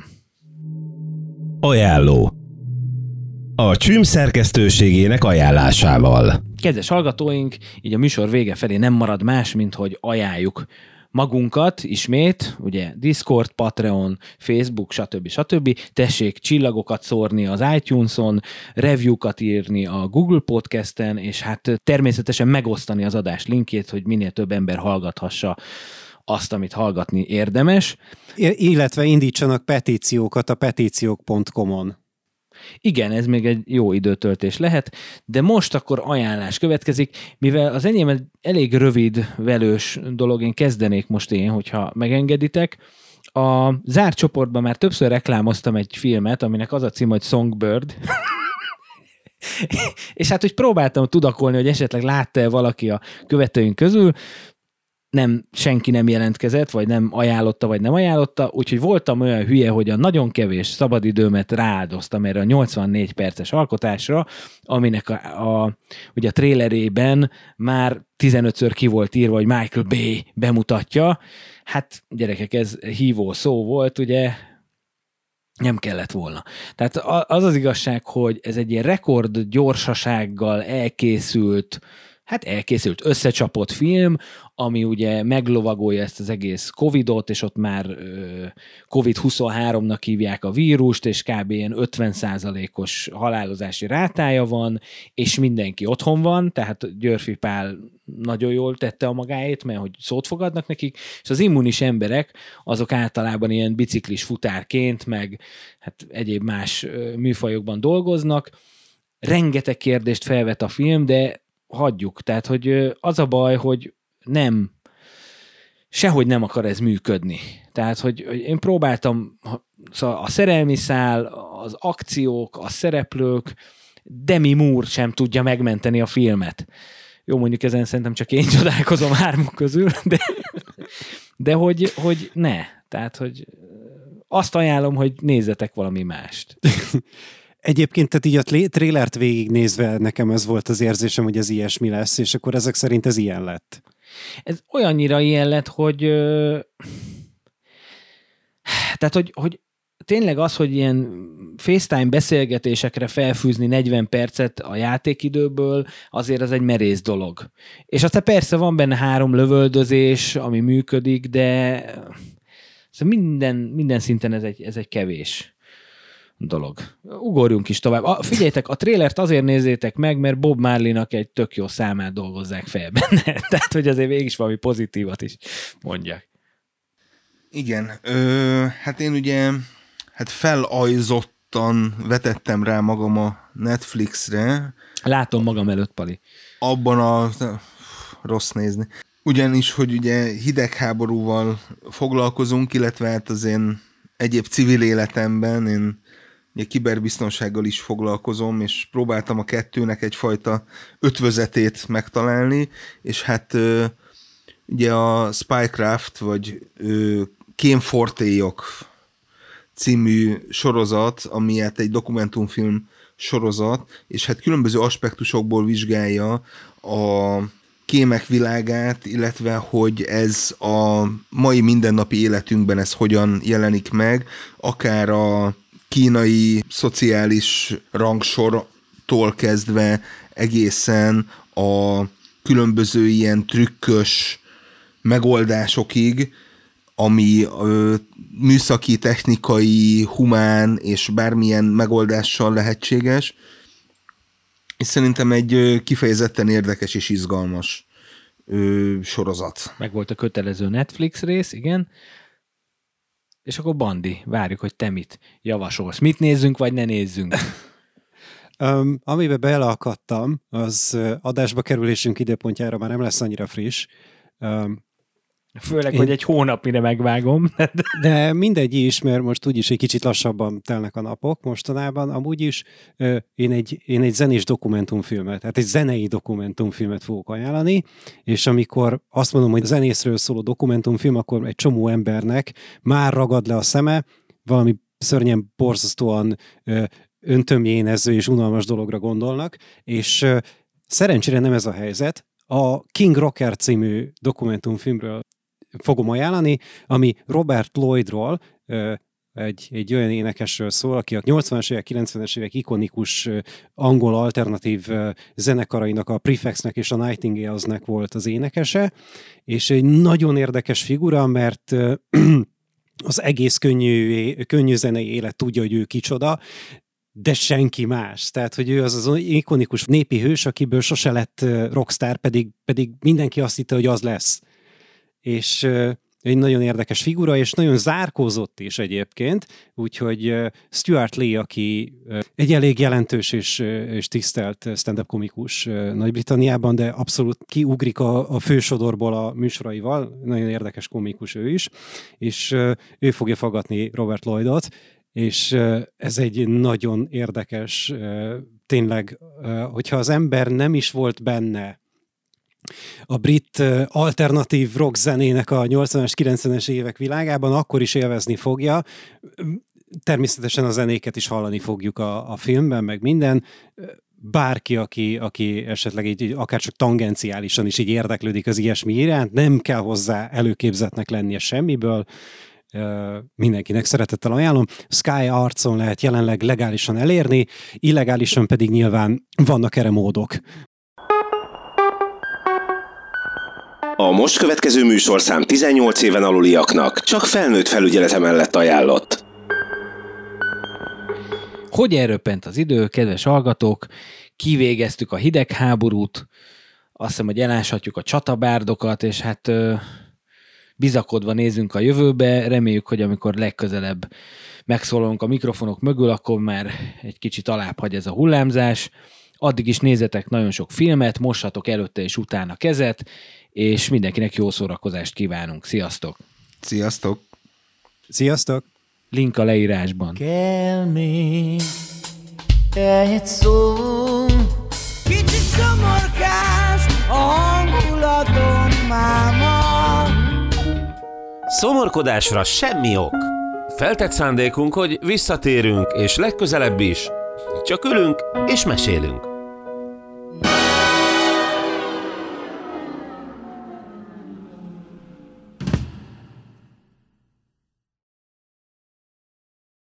Ajánló. A Csüm szerkesztőségének ajánlásával. Kedves hallgatóink, így a műsor vége felé nem marad más, mint hogy ajánljuk magunkat ismét, ugye Discord, Patreon, Facebook, stb. stb. Tessék csillagokat szórni az iTunes-on, review-kat írni a Google Podcasten, és hát természetesen megosztani az adás linkjét, hogy minél több ember hallgathassa azt, amit hallgatni érdemes. Illetve indítsanak petíciókat a petíciók pont com-on. Igen, ez még egy jó időtöltés lehet, de most akkor ajánlás következik, mivel az enyém egy elég rövid, velős dolog, én kezdenék most én, hogyha megengeditek. A zárt csoportban már többször reklámoztam egy filmet, aminek az a cím, hogy Songbird. És hát úgy próbáltam tudakolni, hogy esetleg látta-e valaki a követőink közül, nem, senki nem jelentkezett, vagy nem ajánlotta, vagy nem ajánlotta, úgyhogy voltam olyan hülye, hogy a nagyon kevés szabadidőmet rááldoztam erre a nyolcvannégy perces alkotásra, aminek a, a, ugye a trélerében már tizenötször ki volt írva, hogy Michael Bay bemutatja. Hát gyerekek, ez hívó szó volt, ugye nem kellett volna. Tehát az az igazság, hogy ez egy ilyen rekord gyorsasággal elkészült, hát elkészült, összecsapott film, ami ugye meglovagolja ezt az egész Covidot, és ott már ö, kovid huszonháromnak hívják a vírust, és kb. Ilyen ötven százalékos halálozási rátája van, és mindenki otthon van, tehát Györfi Pál nagyon jól tette a magáét, mert hogy szót fogadnak nekik, és az immunis emberek azok általában ilyen biciklis futárként, meg hát egyéb más műfajokban dolgoznak. Rengeteg kérdést felvet a film, de hagyjuk. Tehát, hogy az a baj, hogy nem, sehogy nem akar ez működni. Tehát, hogy, hogy én próbáltam szóval a szerelmi szál, az akciók, a szereplők, Demi Moore sem tudja megmenteni a filmet. Jó, mondjuk ezen szerintem csak én csodálkozom hármuk közül, de, de hogy, hogy ne. Tehát, hogy azt ajánlom, hogy nézzetek valami mást. Egyébként, tehát így a trélert végignézve nekem ez volt az érzésem, hogy ez ilyesmi lesz, és akkor ezek szerint ez ilyen lett. Ez olyannyira ilyen lett, hogy tehát, hogy, hogy tényleg az, hogy ilyen FaceTime beszélgetésekre felfűzni negyven percet a játékidőből, azért az egy merész dolog. És aztán persze van benne három lövöldözés, ami működik, de minden, minden szinten ez egy, ez egy kevés dolog. Ugorjunk is tovább. A, figyeljetek, a trélert azért nézzétek meg, mert Bob Marley-nak egy tök jó számát dolgozzák fel benne. Tehát, hogy azért mégis valami pozitívat is mondjak. Igen. Ö, hát én ugye hát felajzottan vetettem rá magam a Netflixre. Látom magam előtt, Pali. Abban a... rossz nézni. Ugyanis, hogy ugye hidegháborúval foglalkozunk, illetve hát az én egyéb civil életemben én ugye kiberbiztonsággal is foglalkozom, és próbáltam a kettőnek egyfajta ötvözetét megtalálni, és hát ugye a Spycraft, vagy Kémfortélyok című sorozat, ami hát egy dokumentumfilm sorozat, és hát különböző aspektusokból vizsgálja a kémek világát, illetve hogy ez a mai mindennapi életünkben ez hogyan jelenik meg, akár a kínai szociális rangsortól kezdve egészen a különböző ilyen trükkös megoldásokig, ami ö, műszaki, technikai, humán és bármilyen megoldással lehetséges. És szerintem egy kifejezetten érdekes és izgalmas ö, sorozat. Meg volt a kötelező Netflix rész, igen. És akkor Bandi, várjuk, hogy te mit javasolsz. Mit nézzünk, vagy ne nézzünk? um, amiben beleakadtam, az adásba kerülésünk időpontjára már nem lesz annyira friss. Um, Főleg, én... hogy egy hónap mire megvágom. De mindegy is, mert most úgyis egy kicsit lassabban telnek a napok mostanában. Amúgy is én egy, én egy zenés dokumentumfilmet, tehát egy zenei dokumentumfilmet fogok ajánlani, és amikor azt mondom, hogy zenészről szóló dokumentumfilm, akkor egy csomó embernek már ragad le a szeme, valami szörnyen borzasztóan öntömjénező és unalmas dologra gondolnak, és szerencsére nem ez a helyzet. A King Rocker című dokumentumfilmről fogom ajánlani, ami Robert Lloydról, egy, egy olyan énekesről szól, aki a nyolcvanas évek, kilencvenes évek ikonikus angol alternatív zenekarainak, a Prefixnek és a Nightingales-nek volt az énekese, és egy nagyon érdekes figura, mert az egész könnyű, könnyű zenei élet tudja, hogy ő kicsoda, de senki más. Tehát, hogy ő az az ikonikus népi hős, akiből sose lett rockstar, pedig, pedig mindenki azt hitte, hogy az lesz. És uh, egy nagyon érdekes figura, és nagyon zárkózott is egyébként, úgyhogy uh, Stuart Lee, aki uh, egy elég jelentős és, uh, és tisztelt stand-up komikus uh, Nagy-Britanniában, de abszolút kiugrik a, a fősodorból a műsoraival, nagyon érdekes komikus ő is, és uh, ő fogja fogadni Robert Lloydot, és uh, ez egy nagyon érdekes, uh, tényleg, uh, hogyha az ember nem is volt benne a brit alternatív rock zenének a nyolcvanas, kilencvenes évek világában, akkor is élvezni fogja. Természetesen a zenéket is hallani fogjuk a, a filmben, meg minden. Bárki, aki, aki esetleg így, akár csak tangenciálisan is így érdeklődik az ilyesmi iránt, nem kell hozzá előképzetnek lennie semmiből. Mindenkinek szeretettel ajánlom. Sky Artson lehet jelenleg legálisan elérni, illegálisan pedig nyilván vannak erre módok. A most következő műsorszám tizennyolc éven aluliaknak csak felnőtt felügyelete mellett ajánlott. Hogy elröppent az idő, kedves hallgatók, kivégeztük a hidegháborút, azt hiszem, hogy eláshatjuk a csatabárdokat, és hát ö, bizakodva nézünk a jövőbe, reméljük, hogy amikor legközelebb megszólalunk a mikrofonok mögül, akkor már egy kicsit alább hagy ez a hullámzás. Addig is nézzetek nagyon sok filmet, mossatok előtte és utána kezet, és mindenkinek jó szórakozást kívánunk. Sziasztok! Sziasztok! Sziasztok! Link a leírásban. Kell még egy szó, kicsit szomorkás a hangulatom máma. Szomorkodásra semmi ok. Feltett szándékunk, hogy visszatérünk, és legközelebb is csak ülünk és mesélünk.